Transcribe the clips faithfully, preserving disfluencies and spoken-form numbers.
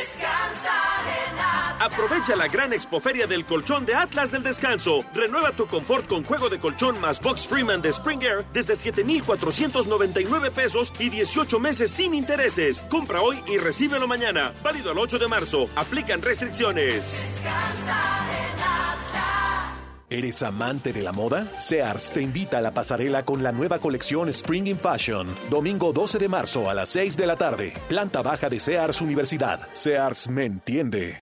Descansa en Atlas. Aprovecha la gran expoferia del colchón de Atlas del Descanso. Renueva tu confort con juego de colchón más Box Freeman de Spring Air desde siete mil cuatrocientos noventa y nueve pesos y dieciocho meses sin intereses. Compra hoy y recíbelo mañana. Válido al ocho de marzo. Aplican restricciones. Descansa en Atlas. ¿Eres amante de la moda? Sears te invita a la pasarela con la nueva colección Spring in Fashion. Domingo doce de marzo a las seis de la tarde. Planta baja de Sears Universidad. Sears me entiende.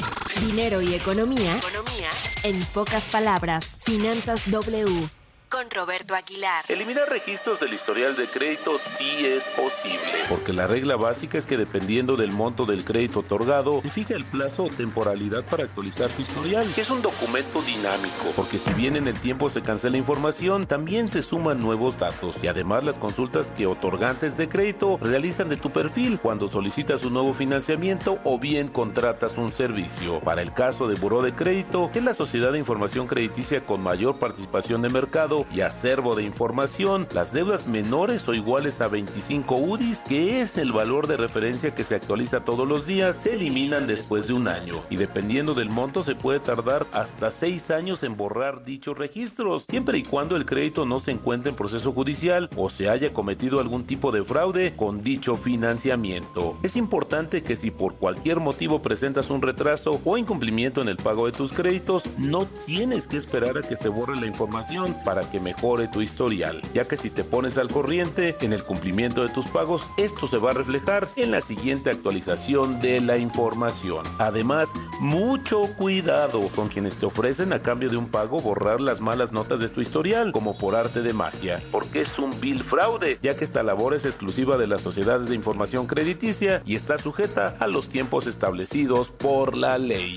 Dinero y economía. Economía. En pocas palabras, Finanzas W. Con Roberto Aguilar. Eliminar registros del historial de crédito sí es posible, porque la regla básica es que dependiendo del monto del crédito otorgado, se fija el plazo o temporalidad para actualizar tu historial, que es un documento dinámico, porque si bien en el tiempo se cancela información, también se suman nuevos datos, y además las consultas que otorgantes de crédito realizan de tu perfil cuando solicitas un nuevo financiamiento o bien contratas un servicio. Para el caso de Buró de Crédito, que es la sociedad de información crediticia con mayor participación de mercado y acervo de información, las deudas menores o iguales a veinticinco U D Is, que es el valor de referencia que se actualiza todos los días, se eliminan después de un año, y dependiendo del monto se puede tardar hasta seis años en borrar dichos registros, siempre y cuando el crédito no se encuentre en proceso judicial o se haya cometido algún tipo de fraude con dicho financiamiento. Es importante que si por cualquier motivo presentas un retraso o incumplimiento en el pago de tus créditos, no tienes que esperar a que se borre la información para que mejore tu historial, ya que si te pones al corriente en el cumplimiento de tus pagos, esto se va a reflejar en la siguiente actualización de la información. Además, mucho cuidado con quienes te ofrecen a cambio de un pago borrar las malas notas de tu historial, como por arte de magia, porque es un vil fraude, ya que esta labor es exclusiva de las sociedades de información crediticia y está sujeta a los tiempos establecidos por la ley.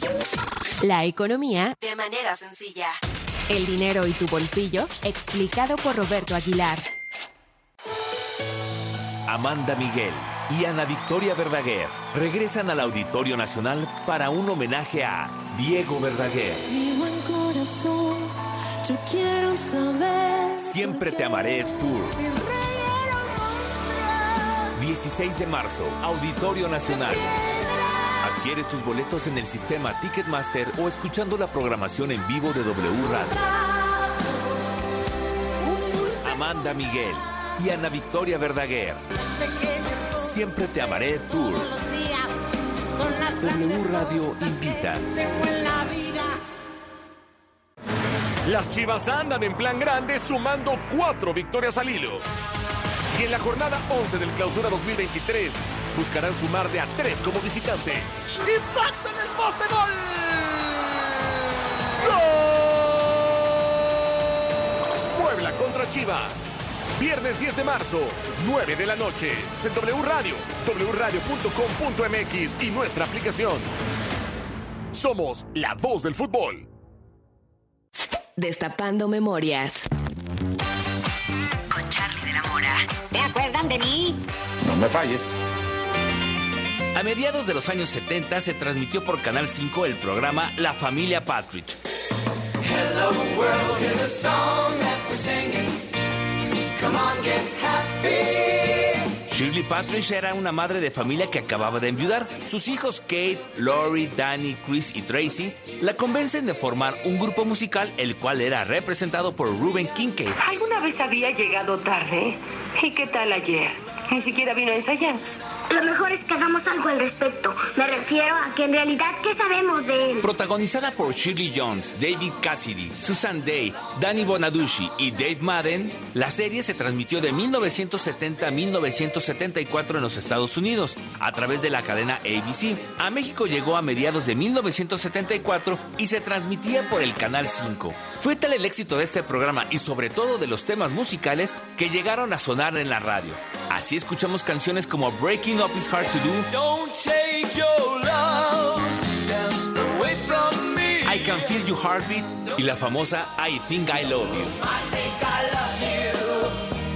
La economía de manera sencilla. El dinero y tu bolsillo, explicado por Roberto Aguilar. Amanda Miguel y Ana Victoria Verdaguer regresan al Auditorio Nacional para un homenaje a Diego Verdaguer. Mi buen corazón, yo quiero saber. Siempre te amaré Tour. dieciséis de marzo, Auditorio Nacional. Adquiere tus boletos en el sistema Ticketmaster o escuchando la programación en vivo de W Radio. Amanda Miguel y Ana Victoria Verdaguer. Siempre te amaré Tour. W Radio invita. Las Chivas andan en plan grande sumando cuatro victorias al hilo. Y en la jornada once del Clausura dos mil veintitrés buscarán sumar de a tres como visitante. ¡Impacto en el poste! ¡Gol! ¡Gol! Puebla contra Chivas. Viernes diez de marzo, nueve de la noche. En W Radio, w radio punto com punto m x y nuestra aplicación. Somos la voz del fútbol. Destapando memorias. Con Charlie de la Mora. ¿Te acuerdan de mí? No me falles. A mediados de los años setenta se transmitió por Canal cinco el programa La Familia Partridge. Hello world, here's a song that we're singing. Come on, get happy. Shirley Partridge era una madre de familia que acababa de enviudar. Sus hijos Kate, Lori, Danny, Chris y Tracy la convencen de formar un grupo musical, el cual era representado por Ruben Kincaid. ¿Alguna vez había llegado tarde? ¿Y qué tal ayer? Ni siquiera vino a ensayar. Lo mejor es que hagamos algo al respecto. Me refiero a que en realidad, ¿qué sabemos de él? Protagonizada por Shirley Jones, David Cassidy, Susan Day, Danny Bonaducci y Dave Madden, la serie se transmitió de mil novecientos setenta a mil novecientos setenta y cuatro en los Estados Unidos, a través de la cadena A B C. A México llegó a mediados de mil novecientos setenta y cuatro y se transmitía por el Canal cinco. Fue tal el éxito de este programa y sobre todo de los temas musicales que llegaron a sonar en la radio. Así escuchamos canciones como Breaking Up Is Hard to Do, Don't take your love away from me. I Can Feel Your Heartbeat y la famosa I Think I Love You. I think I love you.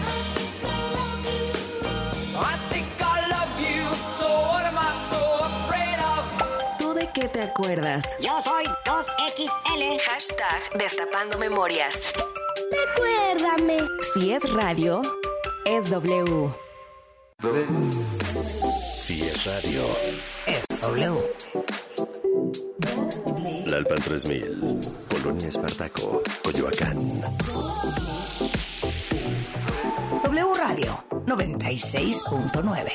I think I love you. So what am I so afraid of? ¿Tú de qué te acuerdas? Yo soy dos equis ele. Hashtag Destapando Memorias. Recuérdame. Si es radio, es W. Si es radio, es W. Lalpan tres mil, Colonia Espartaco, Coyoacán. W Radio noventa y seis punto nueve.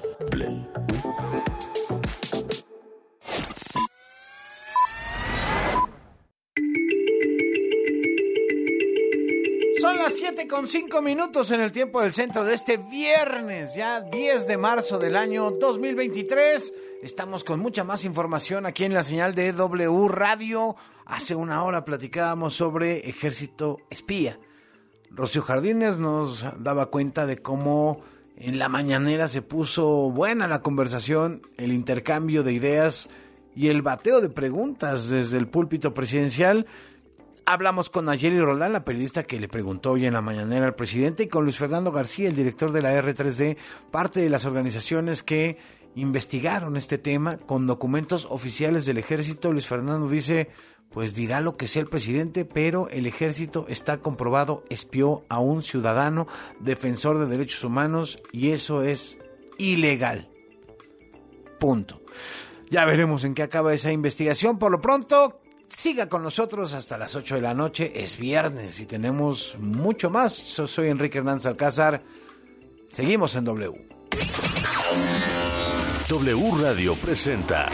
Son las siete con cinco minutos en el tiempo del centro de este viernes, ya diez de marzo del año dos mil veintitrés. Estamos con mucha más información aquí en la señal de W Radio. Hace una hora platicábamos sobre ejército espía. Rocío Jardines nos daba cuenta de cómo en la mañanera se puso buena la conversación, el intercambio de ideas y el bateo de preguntas desde el púlpito presidencial. Hablamos con Nayeli Roldán, la periodista que le preguntó hoy en la mañanera al presidente, y con Luis Fernando García, el director de la R tres D, parte de las organizaciones que investigaron este tema con documentos oficiales del ejército. Luis Fernando dice, pues dirá lo que sea el presidente, pero el ejército está comprobado, espió a un ciudadano defensor de derechos humanos y eso es ilegal. Punto. Ya veremos en qué acaba esa investigación. Por lo pronto, siga con nosotros hasta las ocho de la noche. Es viernes y tenemos mucho más. Yo soy Enrique Hernández Alcázar. Seguimos en W. W Radio presenta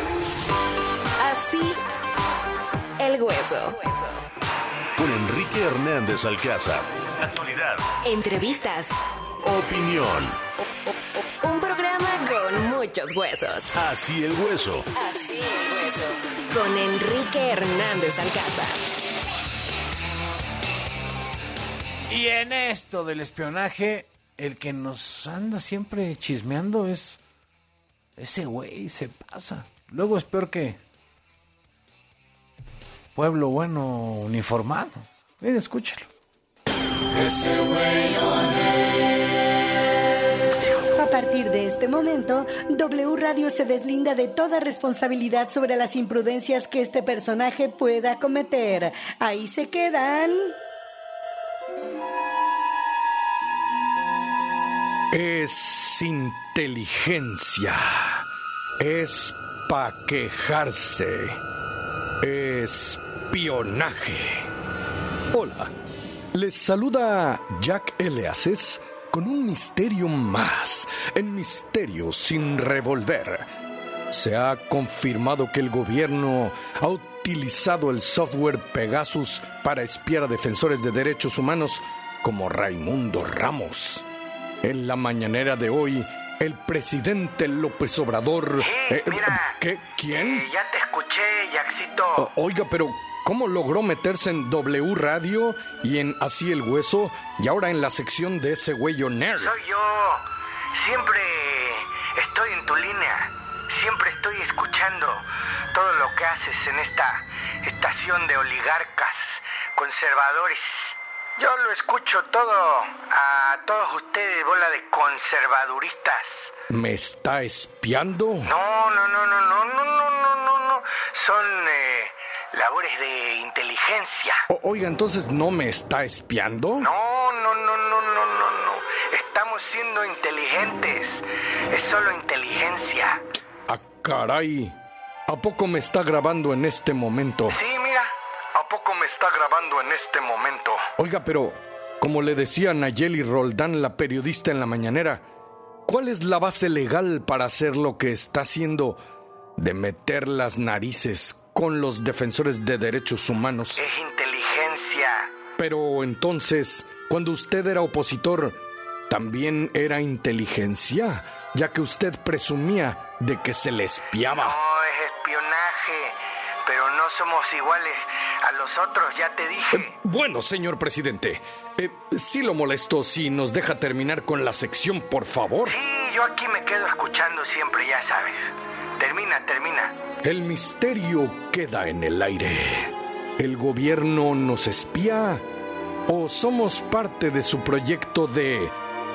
Así el hueso. Con Enrique Hernández Alcázar. Actualidad. Entrevistas. Opinión. Un programa con muchos huesos. Así el hueso. Así el hueso. Con Enrique Hernández Alcázar. Y en esto del espionaje, el que nos anda siempre chismeando es ese güey, se pasa. Luego es peor que pueblo bueno uniformado. Miren, escúchalo. Ese güey A partir de este momento, W Radio se deslinda de toda responsabilidad sobre las imprudencias que este personaje pueda cometer. Ahí se quedan. Es inteligencia. Es pa' quejarse. Espionaje. Hola, les saluda Jack Eleases con un misterio más, en Misterio sin revolver. Se ha confirmado que el gobierno ha utilizado el software Pegasus para espiar a defensores de derechos humanos como Raimundo Ramos. En la mañanera de hoy, el presidente López Obrador... Hey, eh, mira, ¿Qué? ¿Quién? Eh, ya te escuché, Jackcito. O- oiga, pero ¿cómo logró meterse en W Radio y en Así el Hueso y ahora en la sección de ese güey nerd? Soy yo. Siempre estoy en tu línea. Siempre estoy escuchando todo lo que haces en esta estación de oligarcas, conservadores. Yo lo escucho todo a todos ustedes, bola de conservaduristas. ¿Me está espiando? No, no, no, no, no, no, no, no, no, no. Son eh, labores de inteligencia. O- oiga, entonces ¿no me está espiando? No, no, no, no, no, no, no. Estamos siendo inteligentes. Es solo inteligencia. Ah, caray. ¿A poco me está grabando en este momento? Sí, mira. ¿A poco me está grabando en este momento? Oiga, pero como le decía Nayeli Roldán, la periodista en la mañanera, ¿cuál es la base legal para hacer lo que está haciendo de meter las narices con los defensores de derechos humanos? Es inteligencia. Pero entonces, cuando usted era opositor, ¿también era inteligencia? Ya que usted presumía de que se le espiaba. No, es espionaje. Pero no somos iguales a los otros, ya te dije. Eh, bueno, señor presidente, eh, sí lo molesto si nos deja terminar con la sección, por favor. Sí, yo aquí me quedo escuchando siempre, ya sabes. Termina, termina. El misterio queda en el aire. ¿El gobierno nos espía o somos parte de su proyecto de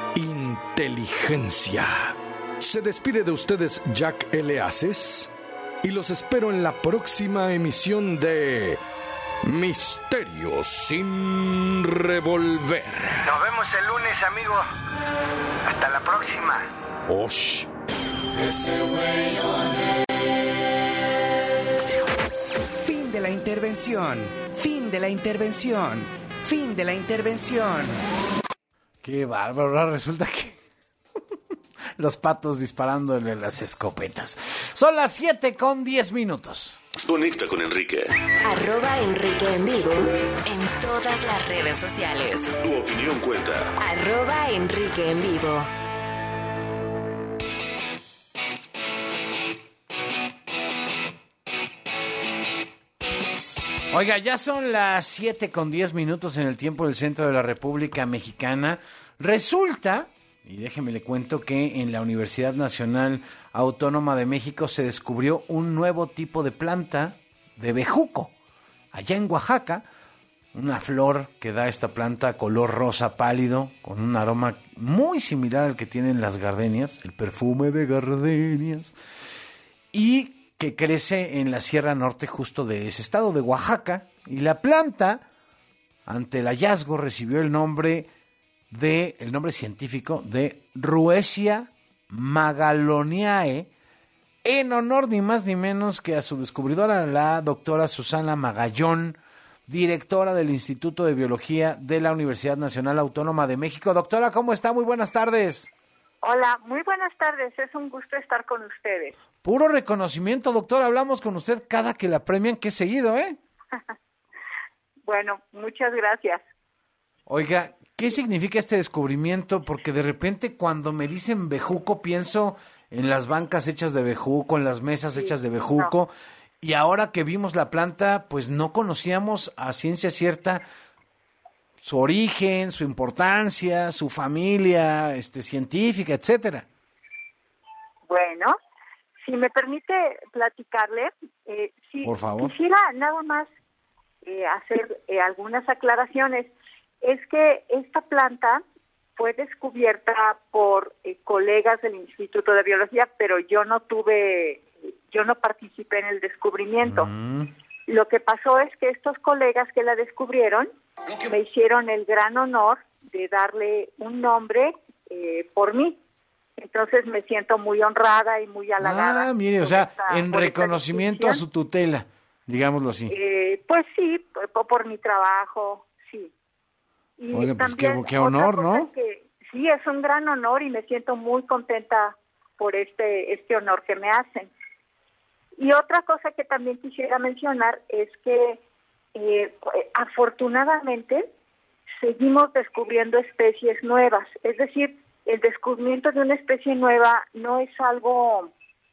inteligencia? Se despide de ustedes Jack Eleases y los espero en la próxima emisión de Misterio sin revolver. Nos vemos el lunes, amigo. Hasta la próxima. Osh. Ese güey intervención. Fin de la intervención. Fin de la intervención. Qué bárbaro, ahora resulta que los patos disparándole las escopetas. Son las siete con diez minutos. Conecta con Enrique. Arroba Enrique en vivo en todas las redes sociales. Tu opinión cuenta. Arroba Enrique en vivo. Oiga, ya son las siete con diez minutos en el tiempo del centro de la República Mexicana. Resulta, y déjeme le cuento, que en la Universidad Nacional Autónoma de México se descubrió un nuevo tipo de planta de bejuco. Allá en Oaxaca, una flor que da esta planta color rosa pálido, con un aroma muy similar al que tienen las gardenias, el perfume de gardenias, y que crece en la Sierra Norte justo de ese estado, de Oaxaca. Y la planta, ante el hallazgo, recibió el nombre de el nombre científico de Ruesia Magaloniae, en honor ni más ni menos que a su descubridora, la doctora Susana Magallón, directora del Instituto de Biología de la Universidad Nacional Autónoma de México. Doctora, ¿cómo está? Muy buenas tardes. Hola, muy buenas tardes. Es un gusto estar con ustedes. Puro reconocimiento, doctora. Hablamos con usted cada que la premian, que seguido, ¿eh? Bueno, muchas gracias. Oiga, ¿qué significa este descubrimiento? Porque de repente cuando me dicen bejuco pienso en las bancas hechas de bejuco, en las mesas sí, hechas de bejuco, no. Y ahora que vimos la planta, pues no conocíamos a ciencia cierta su origen, su importancia, su familia, este, científica, etcétera. Bueno, si me permite platicarle, eh, si por favor. Quisiera nada más eh, hacer eh, algunas aclaraciones. Es que esta planta fue descubierta por eh, colegas del Instituto de Biología, pero yo no tuve, yo no participé en el descubrimiento. Mm. Lo que pasó es que estos colegas que la descubrieron me hicieron el gran honor de darle un nombre eh, por mí. Entonces me siento muy honrada y muy halagada. Ah, mire, o sea, esta, en reconocimiento a su tutela, digámoslo así. Eh, pues sí, por, por mi trabajo, sí. Y Oye, pues qué, qué honor, ¿no? Que, sí, es un gran honor y me siento muy contenta por este, este honor que me hacen. Y otra cosa que también quisiera mencionar es que eh, afortunadamente seguimos descubriendo especies nuevas. Es decir, el descubrimiento de una especie nueva no es algo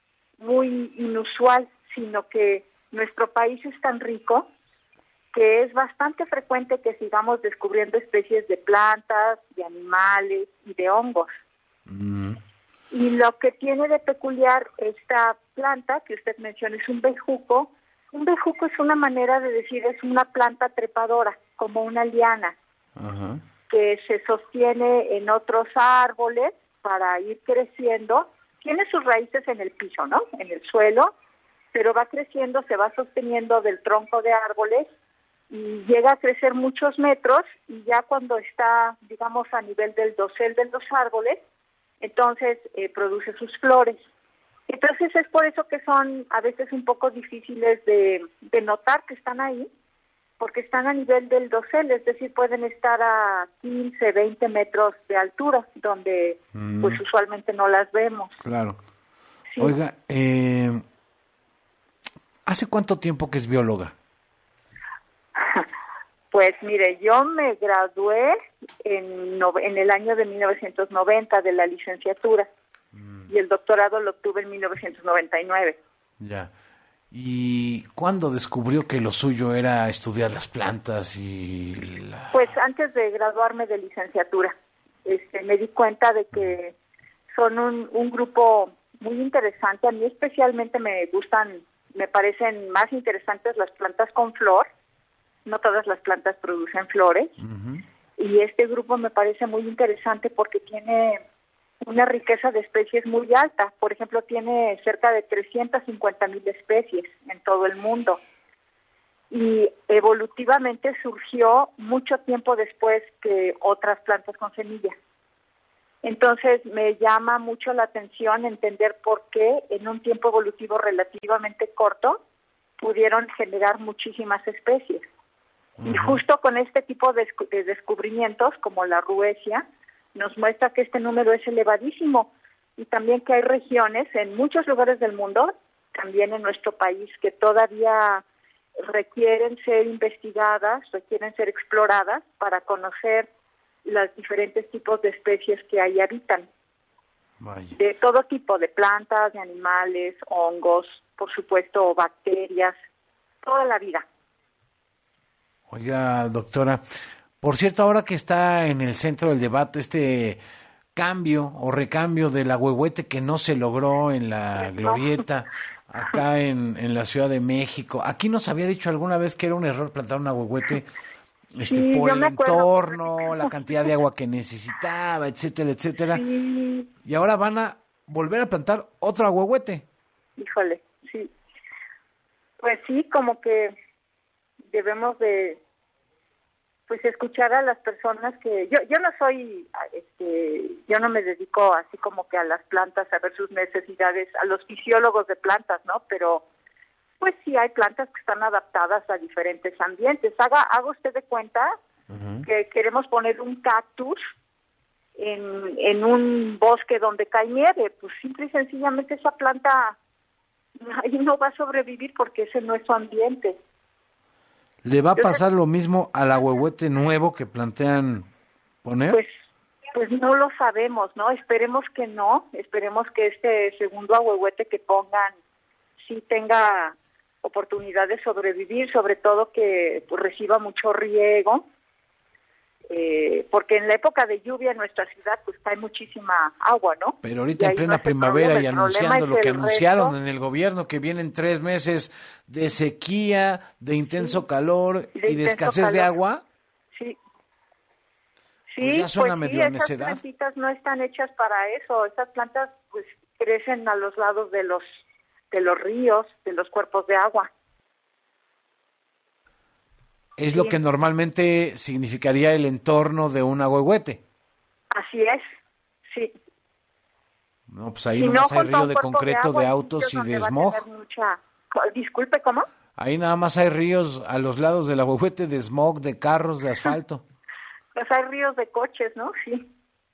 muy inusual, sino que nuestro país es tan rico que es bastante frecuente que sigamos descubriendo especies de plantas, de animales y de hongos. Mm. Y lo que tiene de peculiar esta planta que usted menciona es un bejuco. Un bejuco es una manera de decir, es una planta trepadora, como una liana, uh-huh. que se sostiene en otros árboles para ir creciendo. Tiene sus raíces en el piso, ¿no? En el suelo, pero va creciendo, se va sosteniendo del tronco de árboles y llega a crecer muchos metros, y ya cuando está, digamos, a nivel del dosel de los árboles, entonces eh, produce sus flores. Entonces es por eso que son a veces un poco difíciles de, de notar que están ahí, porque están a nivel del dosel, es decir, pueden estar a quince, veinte metros de altura, donde mm. pues usualmente no las vemos. Claro. Sí. Oiga, eh, ¿hace cuánto tiempo que es bióloga? Pues mire, yo me gradué en, no, en el año de mil novecientos noventa de la licenciatura mm. y el doctorado lo obtuve en mil novecientos noventa y nueve. Ya. ¿Y cuándo descubrió que lo suyo era estudiar las plantas y la... Pues antes de graduarme de licenciatura. Este, me di cuenta de que son un, un grupo muy interesante. A mí especialmente me gustan, me parecen más interesantes las plantas con flor. No todas las plantas producen flores. Uh-huh. Y este grupo me parece muy interesante porque tiene una riqueza de especies muy alta. Por ejemplo, tiene cerca de trescientas cincuenta mil especies en todo el mundo. Y evolutivamente surgió mucho tiempo después que otras plantas con semilla. Entonces me llama mucho la atención entender por qué en un tiempo evolutivo relativamente corto pudieron generar muchísimas especies. Uh-huh. Y justo con este tipo de, de descubrimientos, como la ruesia, nos muestra que este número es elevadísimo y también que hay regiones en muchos lugares del mundo, también en nuestro país, que todavía requieren ser investigadas, requieren ser exploradas para conocer los diferentes tipos de especies que ahí habitan. Vaya. De todo tipo, de plantas, de animales, hongos, por supuesto, bacterias, toda la vida. Oiga, doctora, por cierto, ahora que está en el centro del debate este cambio o recambio del ahuehuete que no se logró en la Glorieta, acá en, en la Ciudad de México, aquí nos había dicho alguna vez que era un error plantar un ahuehuete este, sí, por el entorno, la cantidad de agua que necesitaba, etcétera, etcétera. Sí. Y ahora van a volver a plantar otro ahuehuete. Híjole, sí. Pues sí, como que debemos de pues escuchar a las personas que yo yo no soy este yo no me dedico así como que a las plantas, a ver sus necesidades, a los fisiólogos de plantas, ¿no? Pero pues sí hay plantas que están adaptadas a diferentes ambientes. Haga haga usted de cuenta uh-huh. que queremos poner un cactus en en un bosque donde cae nieve, pues simple y sencillamente esa planta ahí no va a sobrevivir porque ese no es su ambiente. ¿Le va a pasar lo mismo al ahuehuete nuevo que plantean poner? Pues, pues no lo sabemos, ¿no? Esperemos que no, esperemos que este segundo ahuehuete que pongan sí tenga oportunidad de sobrevivir, sobre todo que pues, reciba mucho riego, eh, porque en la época de lluvia en nuestra ciudad pues cae muchísima agua, ¿no? Pero ahorita en plena no primavera problema, y anunciando lo que anunciaron resto, en el gobierno, que vienen tres meses de sequía, de intenso sí, calor y de, y de escasez calor. de agua. Sí. Sí, pues ya suena pues medio sí, necedad. Esas plantitas no están hechas para eso. Esas plantas pues crecen a los lados de los de los ríos, de los cuerpos de agua. Es sí. lo que normalmente significaría el entorno de un ahuehuete. Así es, sí. No, pues ahí nomás no hay río de concreto, de, agua, de autos y de smog. Mucha... Disculpe, ¿cómo? Ahí nada más hay ríos a los lados del ahuehuete de smog, de carros, de asfalto. Pues hay ríos de coches, ¿no? Sí.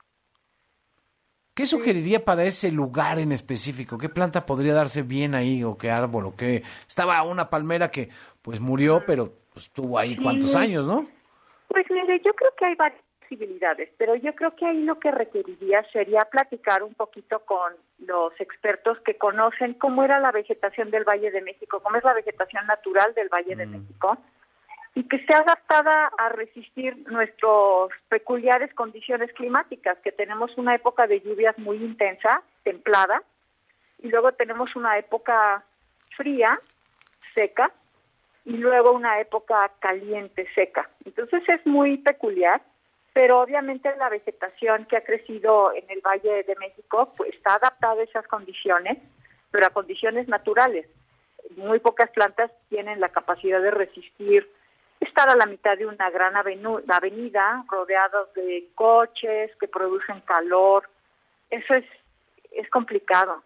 ¿Qué sugeriría para ese lugar en específico? ¿Qué planta podría darse bien ahí o qué árbol o qué? Estaba una palmera que pues murió, pero pues estuvo ahí sí. cuántos años, ¿no? Pues mire, yo creo que hay varias posibilidades, pero yo creo que ahí lo que requeriría sería platicar un poquito con los expertos que conocen cómo era la vegetación del Valle de México, cómo es la vegetación natural del Valle mm. de México, y que esté adaptada a resistir nuestras peculiares condiciones climáticas, que tenemos una época de lluvias muy intensa, templada, y luego tenemos una época fría, seca, y luego una época caliente, seca. Entonces es muy peculiar, pero obviamente la vegetación que ha crecido en el Valle de México pues, está adaptada a esas condiciones, pero a condiciones naturales. Muy pocas plantas tienen la capacidad de resistir estar a la mitad de una gran avenu- avenida, rodeados de coches que producen calor. Eso es, es complicado.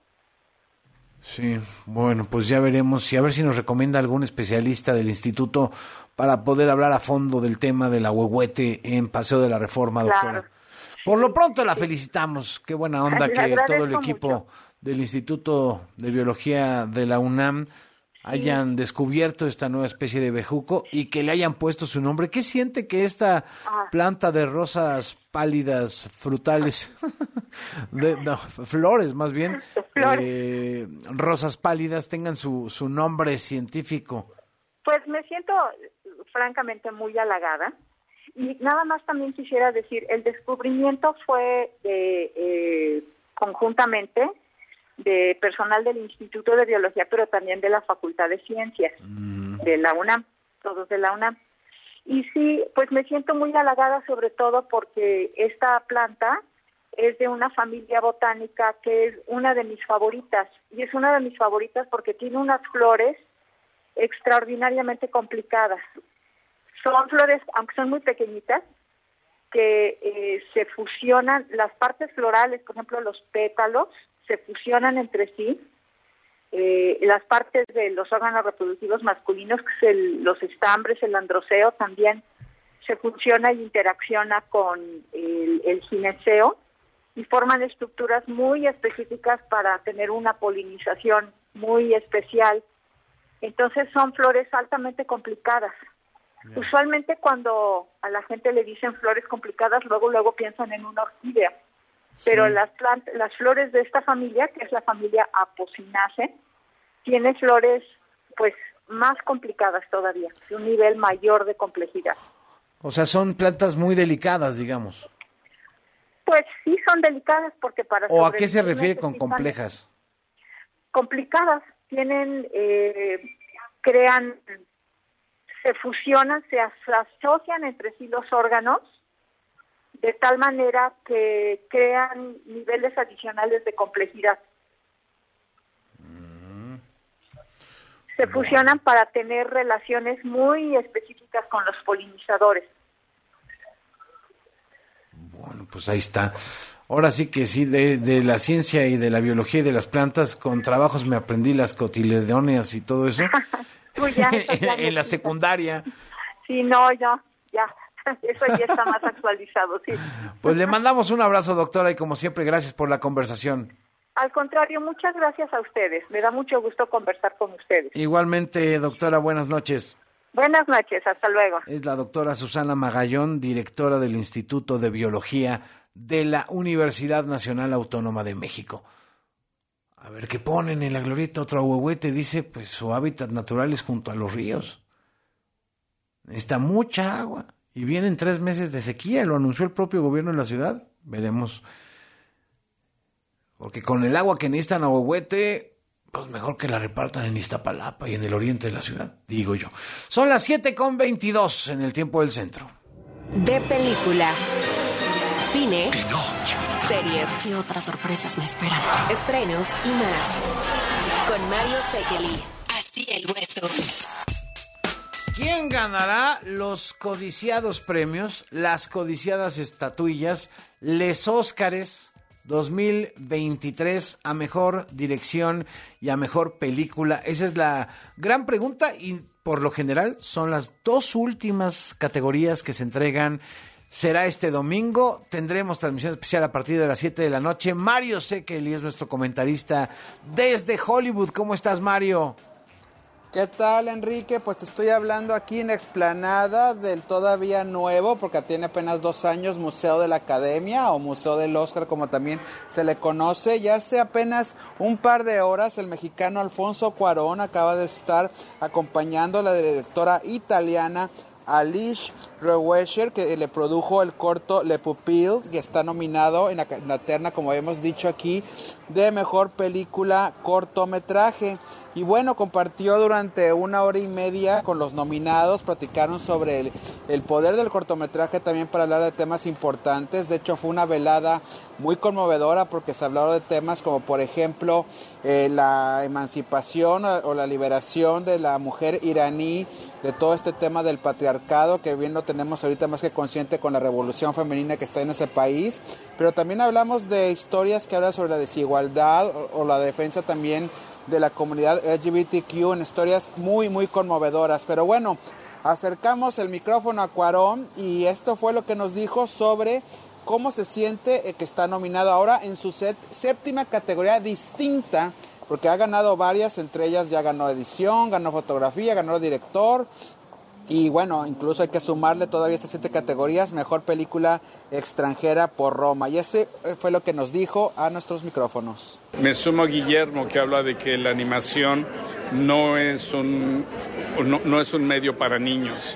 Sí, bueno, pues ya veremos y a ver si nos recomienda algún especialista del instituto para poder hablar a fondo del tema del ahuehuete en Paseo de la Reforma, doctora. Claro. Por lo pronto la felicitamos. Qué buena onda Le que todo el equipo mucho. del Instituto de Biología de la UNAM hayan descubierto esta nueva especie de bejuco y que le hayan puesto su nombre. ¿Qué siente que esta ah. planta de rosas pálidas, frutales, de, no, flores más bien, flores. Eh, rosas pálidas, tengan su, su nombre científico? Pues me siento francamente muy halagada. Y nada más también quisiera decir, el descubrimiento fue de, eh, conjuntamente de personal del Instituto de Biología, pero también de la Facultad de Ciencias mm. de la UNAM, todos de la UNAM. Y sí, pues me siento muy halagada sobre todo porque esta planta es de una familia botánica que es una de mis favoritas. Y es una de mis favoritas porque tiene unas flores extraordinariamente complicadas. Son flores, aunque son muy pequeñitas, que eh, se fusionan, las partes florales, por ejemplo, los pétalos, se fusionan entre sí eh, las partes de los órganos reproductivos masculinos, que es el, los estambres, el androceo, también se fusiona y interacciona con el, el gineceo y forman estructuras muy específicas para tener una polinización muy especial. Entonces son flores altamente complicadas. Bien. Usualmente cuando a la gente le dicen flores complicadas, luego luego piensan en una orquídea. Pero sí. las plant- las flores de esta familia, que es la familia Apocynaceae, tiene flores pues más complicadas todavía, de un nivel mayor de complejidad. O sea, son plantas muy delicadas, digamos. Pues sí son delicadas porque para... ¿O a qué se refiere con complejas? Complicadas, tienen, eh, crean, se fusionan, se asocian entre sí los órganos de tal manera que crean niveles adicionales de complejidad. Mm. Se wow. fusionan para tener relaciones muy específicas con los polinizadores. Bueno, pues ahí está. Ahora sí que sí, de, de la ciencia y de la biología y de las plantas, con trabajos me aprendí las cotiledóneas y todo eso. Tú ya, en, ya en la secundaria. Sí, no, ya, ya. Eso ya está más actualizado, sí. Pues le mandamos un abrazo, doctora, y como siempre, gracias por la conversación. Al contrario, muchas gracias a ustedes. Me da mucho gusto conversar con ustedes. Igualmente, doctora, buenas noches. Buenas noches, hasta luego. Es la doctora Susana Magallón, directora del Instituto de Biología de la Universidad Nacional Autónoma de México. A ver qué ponen en la glorieta. Otro ahuehuete dice, pues su hábitat natural es junto a los ríos. Necesita mucha agua. Y vienen tres meses de sequía, lo anunció el propio gobierno de la ciudad. Veremos. Porque con el agua que necesitan ahuehuete, pues mejor que la repartan en Iztapalapa y en el oriente de la ciudad, digo yo. Son las siete con veintidós en el tiempo del centro. De película, cine, Pinocho, series y otras sorpresas me esperan. Estrenos y más. Con Mario Sekeli. Así el hueso. ¿Quién ganará los codiciados premios, las codiciadas estatuillas, les Óscares dos mil veintitrés a mejor dirección y a mejor película? Esa es la gran pregunta y por lo general son las dos últimas categorías que se entregan. Será este domingo, tendremos transmisión especial a partir de las siete de la noche. Mario Sekeli es nuestro comentarista desde Hollywood. ¿Cómo estás, Mario? ¿Qué tal, Enrique? Pues te estoy hablando aquí en la explanada del todavía nuevo, porque tiene apenas dos años, Museo de la Academia o Museo del Óscar, como también se le conoce. Ya hace apenas un par de horas el mexicano Alfonso Cuarón acaba de estar acompañando a la directora italiana Alice Rohrwacher, que le produjo el corto Le Pupille, que está nominado en la, en la terna, como habíamos dicho aquí, de mejor película cortometraje. Y bueno, compartió durante una hora y media con los nominados, platicaron sobre el, el poder del cortometraje también para hablar de temas importantes. De hecho, fue una velada muy conmovedora porque se hablaron de temas como, por ejemplo, eh, la emancipación o, o la liberación de la mujer iraní, de todo este tema del patriarcado, que bien lo tenemos ahorita más que consciente con la revolución femenina que está en ese país. Pero también hablamos de historias que hablan sobre la desigualdad o, o la defensa también de la comunidad L G B T Q, en historias muy, muy conmovedoras. Pero bueno, acercamos el micrófono a Cuarón y esto fue lo que nos dijo sobre cómo se siente que está nominado ahora en su set, séptima categoría distinta, porque ha ganado varias, entre ellas ya ganó edición, ganó fotografía, ganó director. Y bueno, incluso hay que sumarle todavía estas siete categorías, mejor película extranjera por Roma. Y ese fue lo que nos dijo a nuestros micrófonos. Me sumo a Guillermo, que habla de que la animación no es un, no, no es un medio para niños.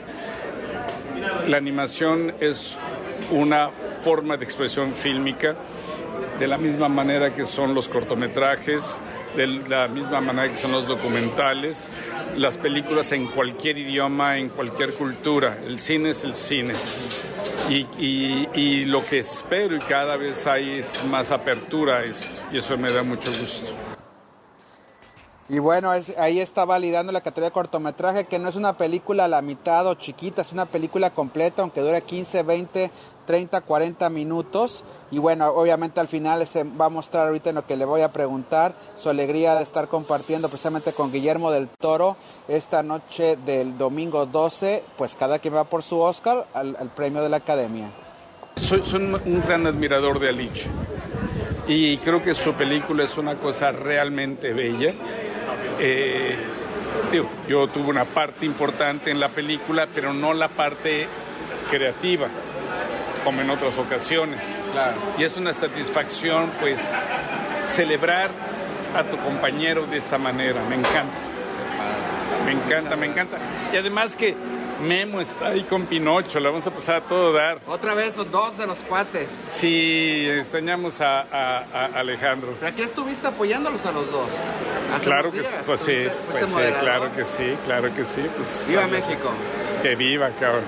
La animación es una forma de expresión fílmica, de la misma manera que son los cortometrajes, de la misma manera que son los documentales, las películas en cualquier idioma, en cualquier cultura. El cine es el cine. Y, y, y lo que espero y cada vez hay es más apertura a esto, y eso me da mucho gusto. Y bueno, es, ahí está validando la categoría de cortometraje, que no es una película a la mitad o chiquita, es una película completa, aunque dure quince, veinte, treinta, cuarenta minutos. Y bueno, obviamente al final se va a mostrar ahorita en lo que le voy a preguntar, su alegría de estar compartiendo precisamente con Guillermo del Toro esta noche del domingo doce, pues cada quien va por su Oscar al, al premio de la Academia. Soy, soy un gran admirador de Alich y creo que su película es una cosa realmente bella. Eh, digo, yo tuve una parte importante en la película, pero no la parte creativa, como en otras ocasiones. Claro. Y es una satisfacción, pues, celebrar a tu compañero de esta manera. Me encanta. Me encanta, me encanta. Y además que Memo está ahí con Pinocho, le vamos a pasar a todo dar. Otra vez los dos de los cuates. Sí, extrañamos a, a, a Alejandro. ¿Pero aquí estuviste apoyándolos a los dos? Claro que sí, pues sí, pues sí, claro que sí, claro que sí. Pues, ¡viva México! Que viva, cabrón.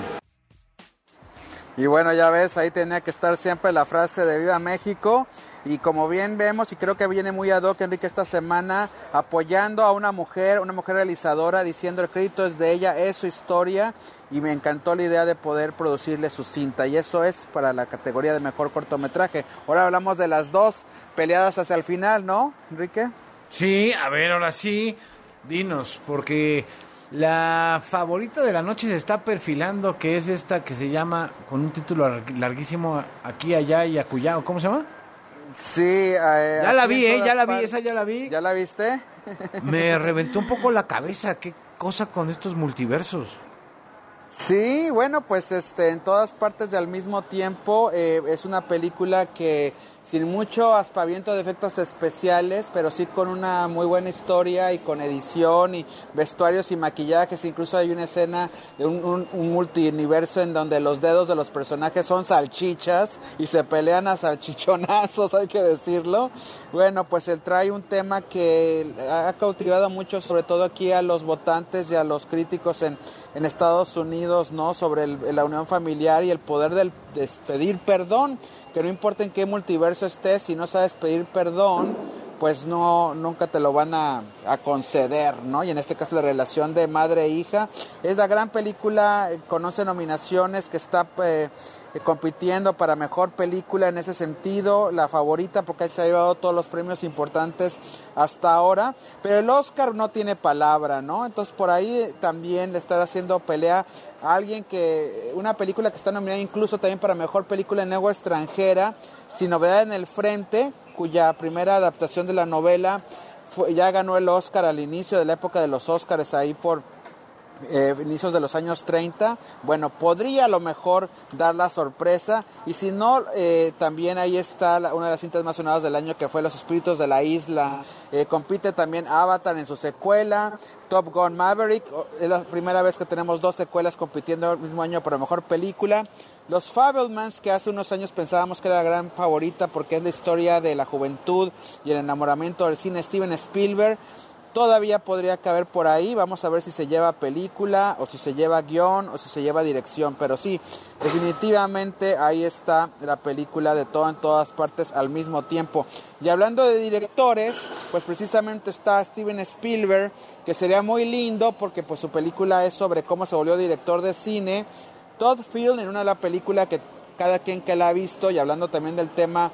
Y bueno, ya ves, ahí tenía que estar siempre la frase de ¡viva México! Y como bien vemos, y creo que viene muy ad hoc, Enrique, esta semana, apoyando a una mujer, una mujer realizadora, diciendo el crédito es de ella, es su historia, y me encantó la idea de poder producirle su cinta, y eso es para la categoría de mejor cortometraje. Ahora hablamos de las dos peleadas hacia el final, ¿no, Enrique? Sí, a ver, ahora sí, dinos, porque la favorita de la noche se está perfilando, que es esta que se llama, con un título larguísimo, Aquí, Allá y Acullá, ¿cómo se llama? Sí, eh, ya la vi, eh, ya la vi, esa ya la vi. ¿Ya la viste? Me reventó un poco la cabeza, qué cosa con estos multiversos. Sí, bueno, pues este, en todas partes y al mismo tiempo, eh, es una película que sin mucho aspaviento de efectos especiales, pero sí con una muy buena historia y con edición y vestuarios y maquillajes. Incluso hay una escena de un, un, un multiuniverso en donde los dedos de los personajes son salchichas y se pelean a salchichonazos, hay que decirlo. Bueno, pues él trae un tema que ha cautivado mucho, sobre todo aquí a los votantes y a los críticos en, en Estados Unidos, ¿no? Sobre el, la unión familiar y el poder del, de pedir perdón. Que no importa en qué multiverso estés, si no sabes pedir perdón, pues no, nunca te lo van a, a conceder, ¿no? Y en este caso la relación de madre e hija. Es la gran película con once nominaciones que está eh, compitiendo para mejor película en ese sentido, la favorita porque se ha llevado todos los premios importantes hasta ahora, pero el Oscar no tiene palabra, ¿no? Entonces por ahí también le está haciendo pelea a alguien que, una película que está nominada incluso también para mejor película en lengua extranjera, Sin Novedad en el Frente, cuya primera adaptación de la novela fue, ya ganó el Oscar al inicio de la época de los Oscars, ahí por Eh, inicios de los años treinta. Bueno, podría a lo mejor dar la sorpresa, y si no, eh, también ahí está la, una de las cintas más sonadas del año, que fue Los Espíritus de la Isla. Eh, compite también Avatar en su secuela, Top Gun Maverick, es la primera vez que tenemos dos secuelas compitiendo el mismo año por mejor película. Los Fabelmans, que hace unos años pensábamos que era la gran favorita porque es la historia de la juventud y el enamoramiento del cine, Steven Spielberg. Todavía podría caber por ahí, vamos a ver si se lleva película, o si se lleva guión, o si se lleva dirección, pero sí, definitivamente ahí está la película de todo en todas partes al mismo tiempo. Y hablando de directores, pues precisamente está Steven Spielberg, que sería muy lindo porque pues su película es sobre cómo se volvió director de cine. Todd Field, en una de las películas que cada quien que la ha visto, y hablando también del tema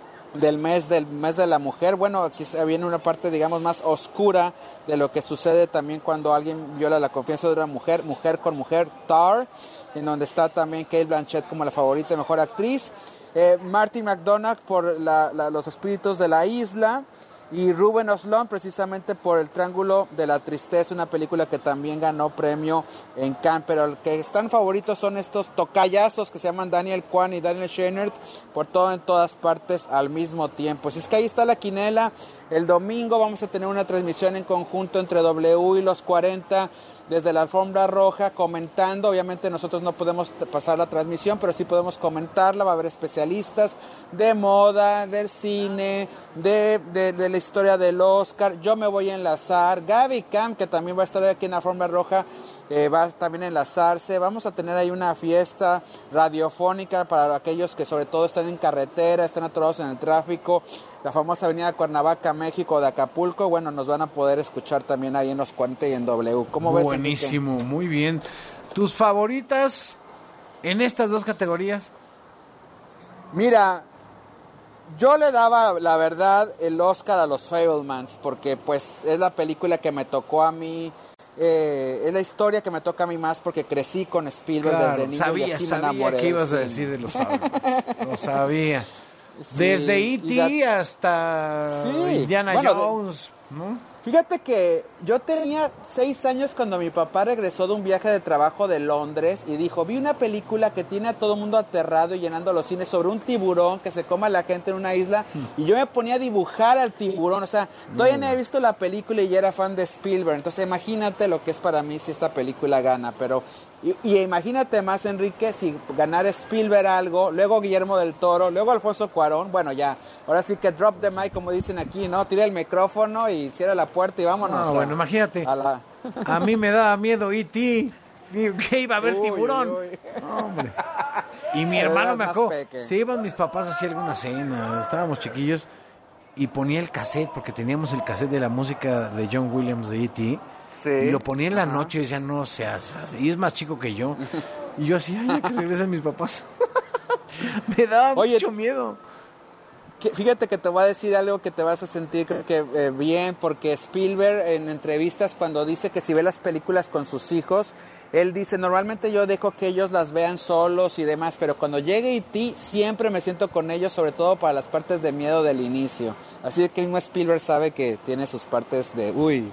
del mes del mes de la mujer, bueno, aquí viene una parte digamos más oscura de lo que sucede también cuando alguien viola la confianza de una mujer, Mujer con Mujer, Tar, en donde está también Cate Blanchett como la favorita de mejor actriz, eh, Martin McDonagh por la, la, Los Espíritus de la Isla, y Ruben Östlund precisamente por El Triángulo de la Tristeza, una película que también ganó premio en Cannes, pero el que están favoritos son estos tocayazos que se llaman Daniel Kwan y Daniel Scheinert, por todo en todas partes al mismo tiempo. Si es que ahí está la quinela. El domingo vamos a tener una transmisión en conjunto entre W y los cuarenta desde la alfombra roja, comentando. Obviamente nosotros no podemos pasar la transmisión, pero sí podemos comentarla. Va a haber especialistas de moda, del cine, de, de, de la historia del Oscar. Yo me voy a enlazar. Gaby Camp, que también va a estar aquí en la alfombra roja, eh, va también a enlazarse. Vamos a tener ahí una fiesta radiofónica para aquellos que sobre todo están en carretera, están atorados en el tráfico. La famosa avenida Cuernavaca, México, de Acapulco, bueno, nos van a poder escuchar también ahí en los cuarenta y en W. ¿Cómo ves? Buenísimo, Enrique? Muy bien. ¿Tus favoritas en estas dos categorías? Mira, yo le daba, la verdad, el Oscar a los Fabelmans, porque pues es la película que me tocó a mí, eh, es la historia que me toca a mí más, porque crecí con Spielberg Claro, desde niño sabía, y así sabía me enamoré. que ibas a sí. decir de los Fabelmans. Lo sabía. Sí, Desde E T la... hasta sí. Indiana bueno, Jones, ¿no? Fíjate que yo tenía seis años cuando mi papá regresó de un viaje de trabajo de Londres y dijo, vi una película que tiene a todo el mundo aterrado y llenando los cines sobre un tiburón que se come a la gente en una isla y yo me ponía a dibujar al tiburón, o sea, todavía no había visto la película y ya era fan de Spielberg, entonces imagínate lo que es para mí si esta película gana, pero... Y, y imagínate más, Enrique, si ganara Spielberg algo, luego Guillermo del Toro, luego Alfonso Cuarón, bueno ya, ahora sí que drop the mic, como dicen aquí, ¿no? Tira el micrófono y cierra la puerta y vámonos. No, a, bueno, imagínate, a, la... a mí me daba miedo E T, digo que iba a haber uy, tiburón. Uy. No, hombre. Y mi hermano me acuerdo, peque. se iban mis papás hacia alguna cena, estábamos chiquillos, y ponía el cassette, porque teníamos el cassette de la música de John Williams de E T, sí. Y lo ponía en la Ajá. noche y decía, no seas así. Y es más chico que yo. Y yo así, ay, que regresen mis papás. Me daba Oye, mucho miedo. Que, fíjate que te voy a decir algo que te vas a sentir creo que eh, bien, porque Spielberg en entrevistas cuando dice que si ve las películas con sus hijos, él dice, normalmente yo dejo que ellos las vean solos y demás, pero cuando llegue E T siempre me siento con ellos, sobre todo para las partes de miedo del inicio. Así que mismo Spielberg sabe que tiene sus partes de, uy...